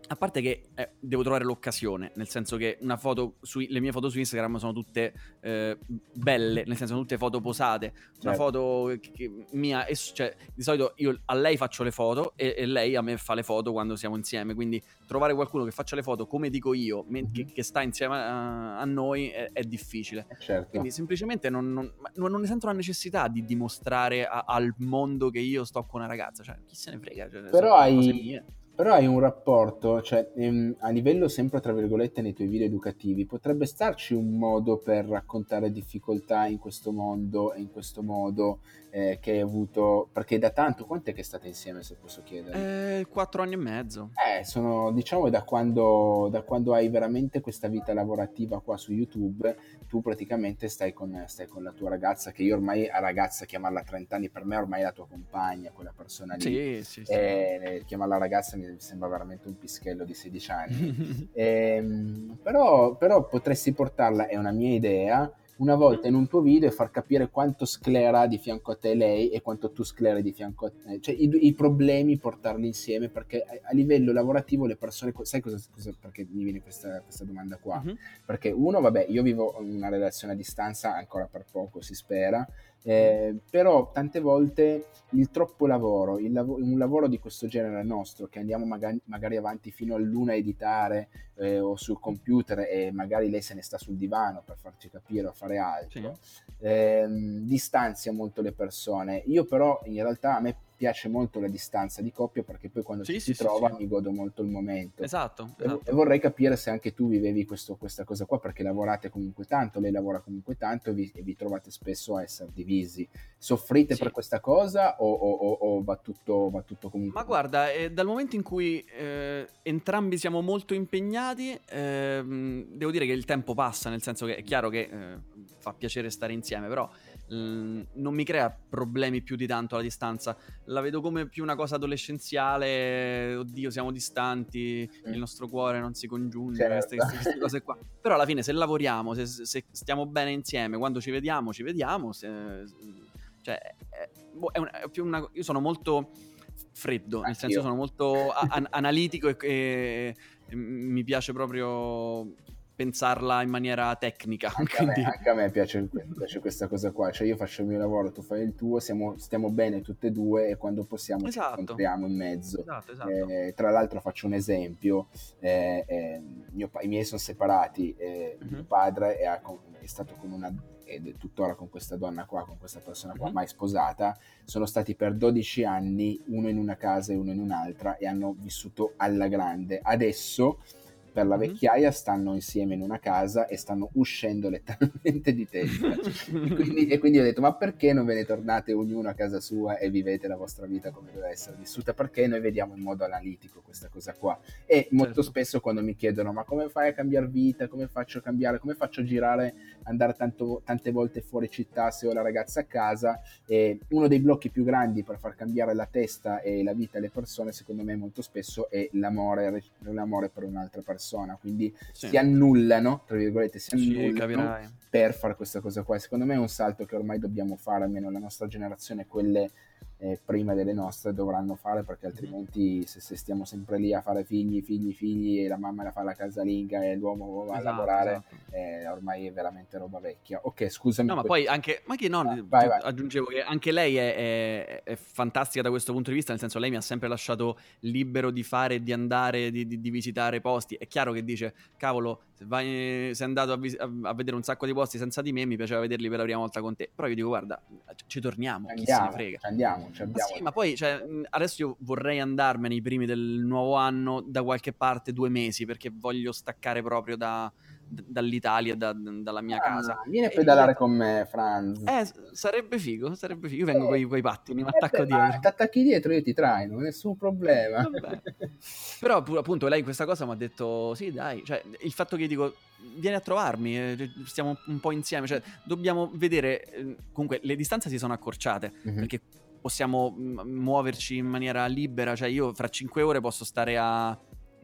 B: A parte che eh, devo trovare l'occasione, nel senso che una foto su, le mie foto su Instagram sono tutte eh, belle, nel senso sono tutte foto posate. Una
A: Certo.
B: foto che, che mia, e, cioè, di solito io a lei faccio le foto e, e lei a me fa le foto quando siamo insieme, quindi trovare qualcuno che faccia le foto come dico io, me,
A: Mhm.
B: che, che sta insieme a, a noi è, è difficile.
A: Certo.
B: Quindi semplicemente non, non, non, non ne sento la necessità di dimostrare a, al mondo che io sto con una ragazza, cioè chi se ne frega, cioè,
A: Però
B: sono cose
A: hai,
B: mie.
A: però hai un rapporto, cioè ehm, a livello sempre tra virgolette nei tuoi video educativi, potrebbe starci un modo per raccontare difficoltà in questo mondo e in questo modo eh, che hai avuto, perché da tanto, quant'è che state insieme, se posso chiedere?
B: Eh, quattro anni e mezzo.
A: Eh, sono, diciamo, da quando, da quando hai veramente questa vita lavorativa qua su YouTube, tu praticamente stai con, stai con la tua ragazza, che io ormai a ragazza, chiamarla a trenta anni, per me ormai è la tua compagna, quella persona lì.
B: Sì, sì, sì.
A: E chiamarla ragazza mi sembra veramente un pischello di sedici anni. Ehm, però, però potresti portarla, è una mia idea, una volta in un tuo video e far capire quanto sclera di fianco a te lei e quanto tu scleri di fianco a te, cioè i, i problemi, portarli insieme, perché a, a livello lavorativo le persone, sai cosa, cosa perché mi viene questa, questa domanda qua?
B: Mhm.
A: Perché uno, vabbè, io vivo una relazione a distanza ancora per poco, si spera, eh, però tante volte il troppo lavoro, il lav- un lavoro di questo genere nostro, che andiamo magari, magari avanti fino all'una a editare eh, o sul computer e magari lei se ne sta sul divano per farci capire o fare altro,
B: Sì.
A: ehm, distanzia molto le persone. Io però in realtà a me piace molto la distanza di coppia, perché poi quando
B: Sì,
A: ci
B: sì,
A: si
B: sì,
A: trova
B: sì.
A: mi godo molto il momento.
B: Esatto,
A: E, vo- e
B: esatto.
A: vorrei capire se anche tu vivevi questo- questa cosa qua, perché lavorate comunque tanto, lei lavora comunque tanto e vi, e vi trovate spesso a essere divisi. Soffrite per
B: Sì.
A: questa cosa o, o- o- o va tutto, va tutto comunque
B: Ma
A: bene?
B: guarda, eh, dal momento in cui eh, entrambi siamo molto impegnati, ehm, devo dire che il tempo passa, nel senso che è chiaro che eh, fa piacere stare insieme, però mm, non mi crea problemi più di tanto alla distanza. La vedo come più una cosa adolescenziale, oddio, siamo distanti, il
A: Mm,
B: nostro cuore non si congiunge, queste,
A: certo.
B: queste- queste cose qua. Però alla fine se lavoriamo, se, se stiamo bene insieme, quando ci vediamo, ci vediamo. Se, cioè, è, boh, è un- è più una, io sono molto freddo, nel senso
A: Anch'io.
B: sono molto a- an- analitico e, e- e mi piace proprio pensarla in maniera tecnica,
A: Anche a me,
B: quindi
A: anche a me piace, piace questa cosa qua, cioè io faccio il mio lavoro, tu fai il tuo, siamo, stiamo bene tutte e due e quando possiamo ci
B: esatto,
A: incontriamo in mezzo.
B: esatto, esatto.
A: Eh, tra l'altro faccio un esempio, eh, eh, mio pa- i miei sono separati, eh, mio
B: Mhm,
A: padre è, con- è stato con una, ed è tuttora con questa donna qua, con questa persona qua,
B: mhm,
A: mai sposata, sono stati per dodici anni, uno in una casa e uno in un'altra e hanno vissuto alla grande. Adesso per la
B: mhm.
A: vecchiaia stanno insieme in una casa e stanno uscendo letteralmente di testa. E quindi, e quindi ho detto, ma perché non ve ne tornate ognuno a casa sua e vivete la vostra vita come deve essere vissuta? Perché noi vediamo in modo analitico questa cosa qua. E molto
B: Certo.
A: spesso quando mi chiedono, ma come fai a cambiare vita? Come faccio a cambiare? Come faccio a girare, andare tanto, tante volte fuori città se ho la ragazza a casa? E uno dei blocchi più grandi per far cambiare la testa e la vita alle persone, secondo me molto spesso, è l'amore, l'amore per un'altra persona. Quindi
B: Sì,
A: si annullano, tra virgolette, si
B: sì,
A: annullano
B: capirai.
A: per fare questa cosa qua. Secondo me è un salto che ormai dobbiamo fare, almeno la nostra generazione, quelle eh, prima delle nostre dovranno fare, perché
B: Mhm.
A: altrimenti se, se stiamo sempre lì a fare figli, figli, figli e la mamma la fa la casalinga e l'uomo va a
B: Esatto,
A: lavorare,
B: esatto.
A: eh, ormai è veramente roba vecchia. Ok, scusami.
B: No, ma
A: Poi...
B: poi anche, ma che no,
A: Ah, vai,
B: ti
A: vai.
B: aggiungevo che anche lei è, è- è fantastica da questo punto di vista, nel senso lei mi ha sempre lasciato libero di fare, di andare, di, di- di visitare posti. È chiaro che dice, cavolo, se vai, sei andato a, vis- a- a vedere un sacco di posti senza di me, mi piaceva vederli per la prima volta con te. Però io dico, guarda, ci torniamo, chi se ne
A: Andiamo,
B: frega.
A: ci andiamo, ci
B: Ma sì,
A: abbiamo.
B: ma poi cioè, mh, adesso io vorrei andarmene i primi del nuovo anno da qualche parte due mesi perché voglio staccare proprio da- d- dall'Italia, da- dalla mia casa.
A: Ah, vieni a
B: E gli ho
A: pedalare
B: detto,
A: con me, Franz.
B: eh, s- sarebbe figo, sarebbe figo. Io vengo
A: Eh,
B: coi, coi pattini, mi
A: eh beh,
B: attacco
A: ma
B: dietro.
A: ti attacchi dietro, io ti traino, nessun problema.
B: Vabbè. Però pu- appunto lei questa cosa mi ha detto, sì dai, cioè il fatto che dico, vieni a trovarmi, eh, stiamo un po' insieme, cioè dobbiamo vedere, eh, comunque le distanze si sono accorciate,
A: Mhm.
B: perché possiamo mm, muoverci in maniera libera, cioè io fra cinque ore posso stare a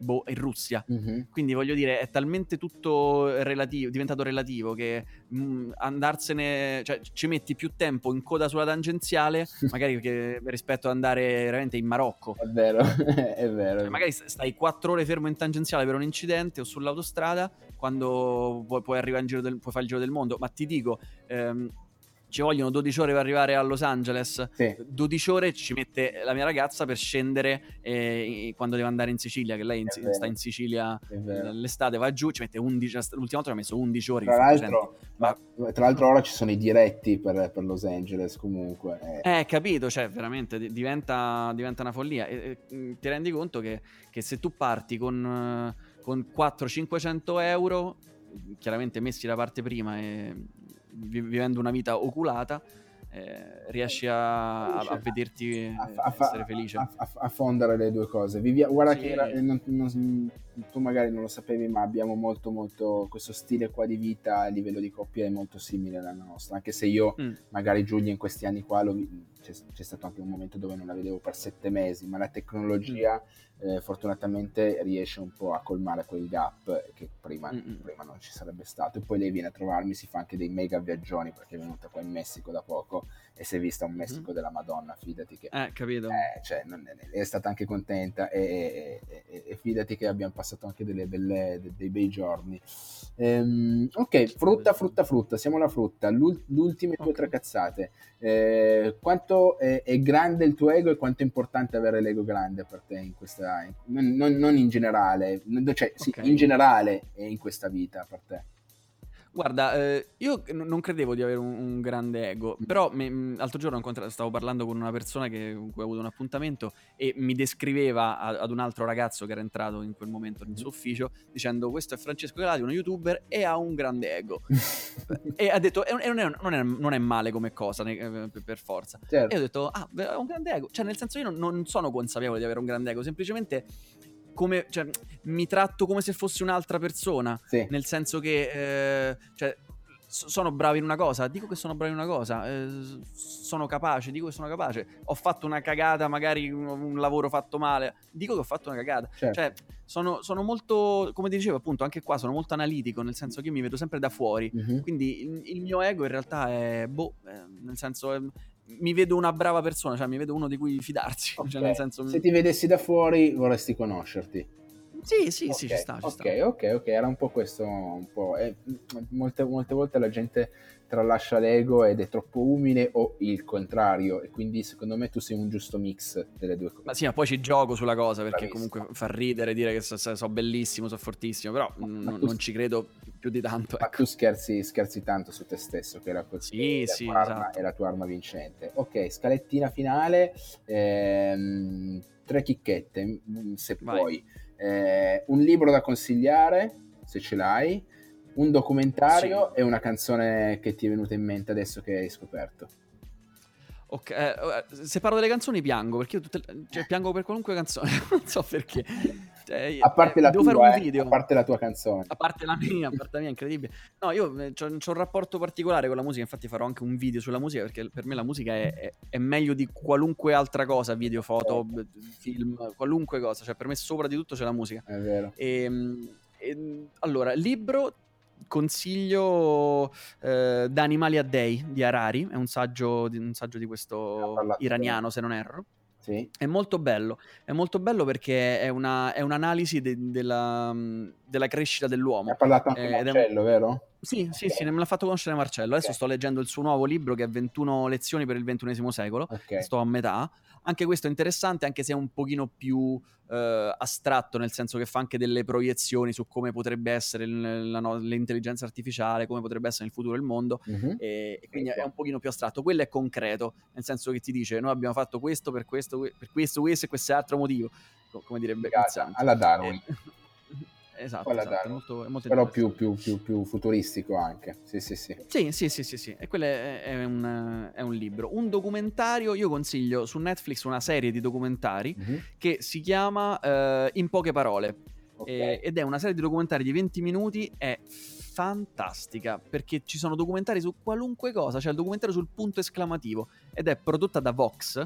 B: boh, in Russia.
A: Mhm.
B: Quindi voglio dire, è talmente tutto relativo, diventato relativo che mh, andarsene, cioè ci metti più tempo in coda sulla tangenziale magari che rispetto ad andare veramente in Marocco.
A: È vero, è vero.
B: Cioè, magari stai quattro ore fermo in tangenziale per un incidente o sull'autostrada quando puoi, puoi arrivare in giro del, puoi fare il giro del mondo. Ma ti dico, ehm, ci vogliono dodici ore per arrivare a Los Angeles,
A: Sì.
B: dodici ore ci mette la mia ragazza per scendere eh, quando deve andare in Sicilia, che lei in, sta in Sicilia l'estate, va giù, ci mette undici, l'ultima volta ci ha messo undici ore.
A: Tra l'altro,
B: senti, ma...
A: tra l'altro ora ci sono i diretti per, per Los Angeles comunque.
B: Eh, eh capito, cioè veramente diventa, diventa una follia. E, e, ti rendi conto che, che se tu parti con, con quattrocento cinquecento euro, chiaramente messi da parte prima e vivendo una vita oculata, eh, riesci a, a, a vederti
A: a,
B: a,
A: a,
B: essere felice,
A: a, a, a fondere le due cose. Vivi, guarda
B: sì.
A: che era, non, non, tu magari non lo sapevi, ma abbiamo molto molto questo stile qua di vita a livello di coppia è molto simile alla nostra, anche se io mm. magari Giulia in questi anni qua lo, c'è, c'è stato anche un momento dove non la vedevo per sette mesi, ma la tecnologia mm. eh, fortunatamente riesce un po' a colmare quel gap che prima, prima non ci sarebbe stato. E poi lei viene a trovarmi, si fa anche dei mega viaggioni perché è venuta qua in Messico da poco e si è vista un Messico mm. della Madonna, fidati che
B: eh, capito.
A: Eh, cioè, non, è stata anche contenta e, e, e, e fidati che abbiamo passato anche delle belle, de, dei bei giorni. Ehm, ok, frutta, frutta, frutta, siamo alla frutta, L'ult- l'ultime okay. due o tre cazzate. Eh, quanto è, è grande il tuo ego e quanto è importante avere l'ego grande per te in questa, in, non, non in generale, cioè sì, okay. in generale e in questa vita per te?
B: Guarda, eh, io n- non credevo di avere un, un grande ego, però mi, l'altro giorno incontra- stavo parlando con una persona che, con cui ho avuto un appuntamento e mi descriveva a- ad un altro ragazzo che era entrato in quel momento nel suo ufficio dicendo: questo è Francesco Galati, uno youtuber e ha un grande ego. E ha detto, e non, è, non, è, non è male come cosa, ne, per forza. Certo. E ho detto, ah, ha un grande ego. Cioè, nel senso, io non, non sono consapevole di avere un grande ego, semplicemente... come, cioè, mi tratto come se fossi un'altra persona, sì. Nel senso che eh, cioè, sono bravo in una cosa, dico che sono bravo in una cosa, eh, sono capace, dico che sono capace, ho fatto una cagata, magari un, un lavoro fatto male, dico che ho fatto una cagata, certo. Cioè sono, sono molto, come ti dicevo appunto anche qua sono molto analitico, nel senso che io mi vedo sempre da fuori, mm-hmm. Quindi il, il mio ego in realtà è boh, eh, nel senso è, mi vedo una brava persona, cioè mi vedo uno di cui fidarsi. Okay. Cioè, nel senso...
A: Se ti vedessi da fuori vorresti conoscerti.
B: Sì, sì, okay. sì, ci sta, ci
A: ok,
B: sta.
A: ok, ok, era un po' questo, un po'. Eh, molte, molte volte la gente tralascia l'ego ed è troppo umile o il contrario, e quindi secondo me tu sei un giusto mix delle due cose.
B: Ma sì, ma poi ci gioco sulla cosa perché Bravissimo. Comunque fa ridere dire che so, so bellissimo, so fortissimo, però ma, n- ma tu, non ci credo più di tanto.
A: Ma
B: ecco.
A: tu scherzi, scherzi tanto su te stesso, che è la,
B: sì,
A: è la,
B: sì,
A: tua, arma,
B: esatto.
A: è la tua arma vincente. Ok, scalettina finale, ehm, tre chicchette, se Vai. puoi. Eh, un libro da consigliare, se ce l'hai, un documentario sì. e una canzone che ti è venuta in mente adesso che hai scoperto.
B: Ok, eh, se parlo delle canzoni piango perché io tutte, cioè, piango per qualunque canzone, non so perché. Cioè,
A: a parte
B: eh,
A: la
B: devo
A: tua,
B: fare un
A: eh,
B: video.
A: A parte la tua canzone.
B: A parte la mia, a parte la mia, incredibile. No, io eh, c'ho, c'ho un rapporto particolare con la musica, infatti farò anche un video sulla musica perché per me la musica è, è, è meglio di qualunque altra cosa, video, foto, certo. film, qualunque cosa. Cioè per me sopra di tutto c'è la musica.
A: È vero.
B: E, e, allora, libro... consiglio eh, Da animali a dei di Harari, è un saggio, un saggio di questo iraniano bene. Se non erro.
A: Sì.
B: È molto bello, è molto bello perché è, una, è un'analisi de, della, della crescita dell'uomo.
A: Ne ha parlato anche eh, Marcello, un... vero?
B: Sì, okay. sì, sì, me l'ha fatto conoscere Marcello. Adesso okay. sto leggendo il suo nuovo libro che è ventuno lezioni per il ventunesimo secolo, okay. Sto a metà. Anche questo è interessante, anche se è un pochino più eh, astratto, nel senso che fa anche delle proiezioni su come potrebbe essere l- la, no, l'intelligenza artificiale, come potrebbe essere nel futuro il mondo, mm-hmm. e, e quindi è un pochino più astratto. Quello è concreto, nel senso che ti dice noi abbiamo fatto questo per questo, per questo, questo e questo altro motivo, come direbbe Guzzanti.
A: Alla Darwin.
B: Eh, Esatto, esatto, è molto, è molto
A: però più, più, più, più futuristico anche. Sì, sì, sì.
B: Sì, sì, sì, sì, sì. E quello è, è, un, è un libro. Un documentario, io consiglio su Netflix una serie di documentari mm-hmm. che si chiama uh, In poche parole. Okay. E, ed è una serie di documentari di venti minuti, è fantastica, perché ci sono documentari su qualunque cosa, c'è il documentario sul punto esclamativo, ed è prodotta da Vox,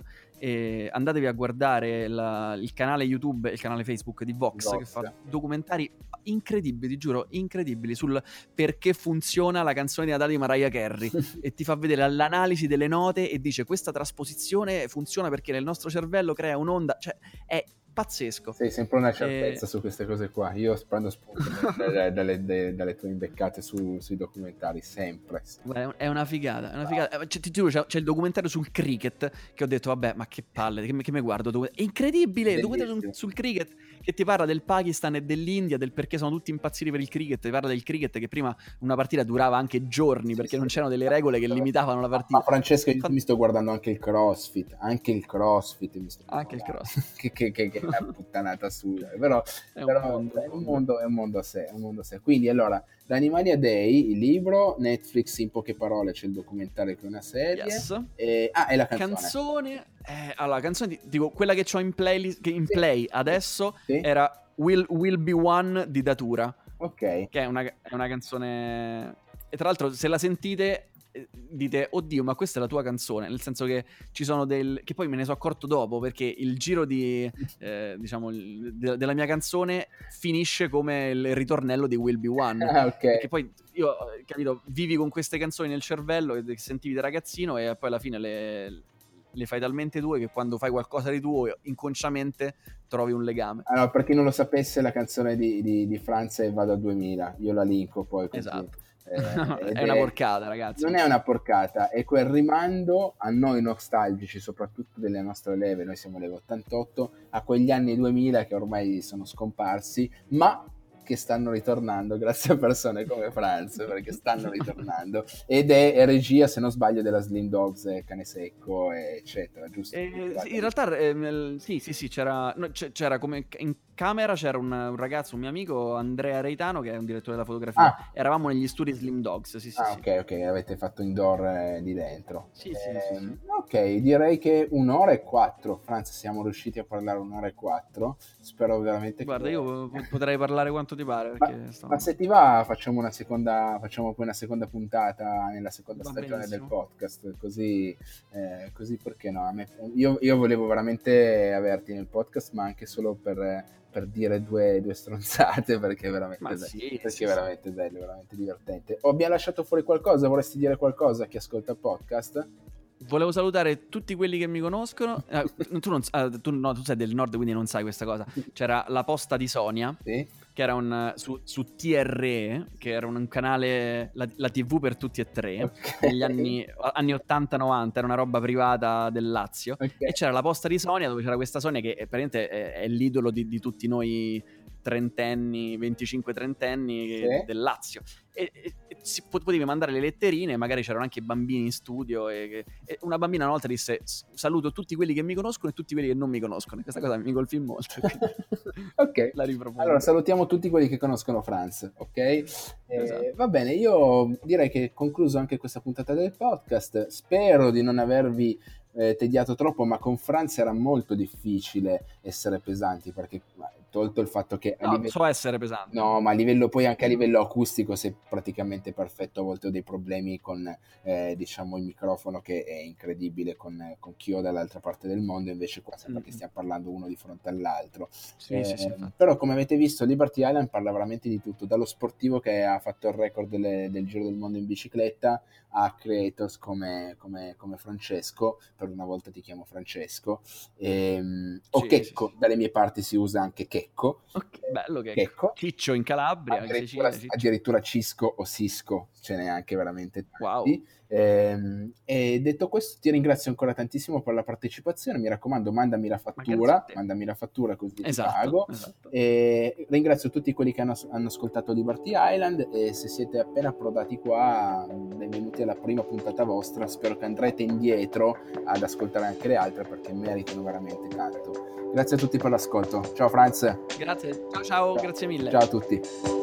B: e andatevi a guardare la, il canale YouTube e il canale Facebook di Vox,
A: Vox,
B: che fa documentari incredibili, ti giuro, incredibili, sul perché funziona la canzone di Natale di Mariah Carey e ti fa vedere l'analisi delle note e dice questa trasposizione funziona perché nel nostro cervello crea un'onda, cioè è pazzesco.
A: Sei sempre una certezza e... su queste cose qua. Io prendo spunto dalle, dalle, dalle, dalle tue imbeccate su, sui documentari, sempre.
B: Guarda, è una figata, è una figata. C'è, ti giuro, c'è, c'è il documentario sul cricket che ho detto, vabbè, ma che palle, che, che mi guardo? È incredibile, il documentario sul, sul cricket che ti parla del Pakistan e dell'India, del perché sono tutti impazziti per il cricket, ti parla del cricket che prima una partita durava anche giorni perché sì, non c'erano delle regole che limitavano la partita.
A: Ma Francesco, io mi sto guardando anche il CrossFit, anche il CrossFit mi sto
B: anche il CrossFit.
A: che, che, che, che è una puttanata assurda, però, è, un però mondo, è, un mondo, è un mondo a sé, è un mondo a sé. Quindi allora, l'Animalia Day, il libro, Netflix in poche parole c'è il documentario che è una serie,
B: yes.
A: e, ah, e la canzone.
B: Canzone, eh, allora, canzone, dico, quella che ho in, playlist, che in
A: sì.
B: play adesso
A: sì.
B: era Will, Will Be One di Datura,
A: ok,
B: che è una, è una canzone, e tra l'altro se la sentite dite oddio ma questa è la tua canzone, nel senso che ci sono del che poi me ne sono accorto dopo perché il giro di eh, diciamo il, de, della mia canzone finisce come il ritornello di Will Be One,
A: ah, okay.
B: Perché poi io capito vivi con queste canzoni nel cervello che sentivi da ragazzino e poi alla fine le, le fai talmente tue che quando fai qualcosa di tuo inconsciamente trovi un legame.
A: Allora, per chi non lo sapesse, la canzone di, di, di Franz è Vado a duemila, io la linko poi così.
B: Esatto.
A: Eh,
B: è una porcata, ragazzi.
A: Non è una porcata, è quel rimando a noi nostalgici, soprattutto delle nostre leve, noi siamo leve ottantotto, a quegli anni duemila che ormai sono scomparsi, ma che stanno ritornando grazie a persone come Franz, perché stanno ritornando, ed è regia, se non sbaglio, della Slim Dogs, Cane Secco, eccetera, giusto?
B: Eh, in realtà eh, sì, sì, sì, c'era, no, c'era come in camera c'era un, un ragazzo, un mio amico, Andrea Reitano, che è un direttore della fotografia.
A: Ah.
B: Eravamo negli studi Slim Dogs, sì, sì,
A: ah,
B: sì.
A: ok, ok, avete fatto indoor eh, lì dentro.
B: Sì,
A: eh,
B: sì, sì, sì.
A: Ok, direi che un'ora e quattro, Franz, siamo riusciti a parlare un'ora e quattro, spero veramente
B: Guarda,
A: che...
B: io potrei parlare quanto ti pare, perché
A: ma,
B: sto...
A: ma se ti va facciamo una seconda, facciamo poi una seconda puntata nella seconda
B: va
A: stagione
B: benissimo.
A: del podcast, così, eh, così perché no? A me, io, io volevo veramente averti nel podcast, ma anche solo per... per dire due, due stronzate, perché è veramente,
B: Ma
A: bello,
B: sì,
A: perché
B: sì,
A: è veramente sì. bello, veramente divertente. O abbiamo lasciato fuori qualcosa? Vorresti dire qualcosa a chi ascolta il podcast?
B: Volevo salutare tutti quelli che mi conoscono. Eh, tu, non, eh, tu, no, tu sei del nord, quindi non sai questa cosa. C'era La Posta di Sonia,
A: sì?
B: che era un su, su T R E, che era un canale, la, la tivù per tutti e tre, okay. negli anni, anni ottanta novanta, era una roba privata del Lazio. Okay. E c'era La Posta di Sonia, dove c'era questa Sonia che è, praticamente è, è l'idolo di, di tutti noi trentenni, venticinque trentenni sì. del Lazio. E, e, e si, potevi mandare le letterine, magari c'erano anche bambini in studio e, e una bambina una volta disse saluto tutti quelli che mi conoscono e tutti quelli che non mi conoscono. Questa cosa mi colpì molto.
A: Ok,
B: la ripropongo.
A: Allora salutiamo tutti quelli che conoscono Franz, ok? Esatto. Eh, va bene, io direi che concluso anche questa puntata del podcast. Spero di non avervi eh, tediato troppo, ma con Franz era molto difficile essere pesanti, perché tolto il fatto che
B: no, livello... so essere pesante.
A: No, ma a livello poi anche a livello acustico sei praticamente perfetto, a volte ho dei problemi con eh, diciamo il microfono che è incredibile con, con chi ho dall'altra parte del mondo, invece qua sembra mm-hmm. che stiamo parlando uno di fronte all'altro.
B: Sì,
A: eh,
B: sì, sì,
A: però come avete visto Liberty Island parla veramente di tutto, dallo sportivo che ha fatto il record delle, del Giro del Mondo in bicicletta a creators come, come, come Francesco, per una volta ti chiamo Francesco, ehm, o
B: sì,
A: Checco,
B: sì, sì.
A: dalle mie parti si usa anche Checco.
B: Okay, bello Checco.
A: Checco.
B: Ciccio in Calabria,
A: addirittura,
B: in Sicilia,
A: addirittura Cisco o Cisco, ce n'è anche veramente tanti.
B: Wow.
A: Ehm, e detto questo ti ringrazio ancora tantissimo per la partecipazione, mi raccomando mandami la fattura, mandami la fattura così
B: esatto,
A: ti pago.
B: Esatto.
A: E ringrazio tutti quelli che hanno, hanno ascoltato Liberty Island, e se siete appena approdati qua, benvenuti alla prima puntata vostra, spero che andrete indietro ad ascoltare anche le altre perché meritano veramente tanto. Grazie a tutti per l'ascolto, ciao Franz.
B: Grazie, ciao ciao, ciao. Grazie mille.
A: Ciao a tutti.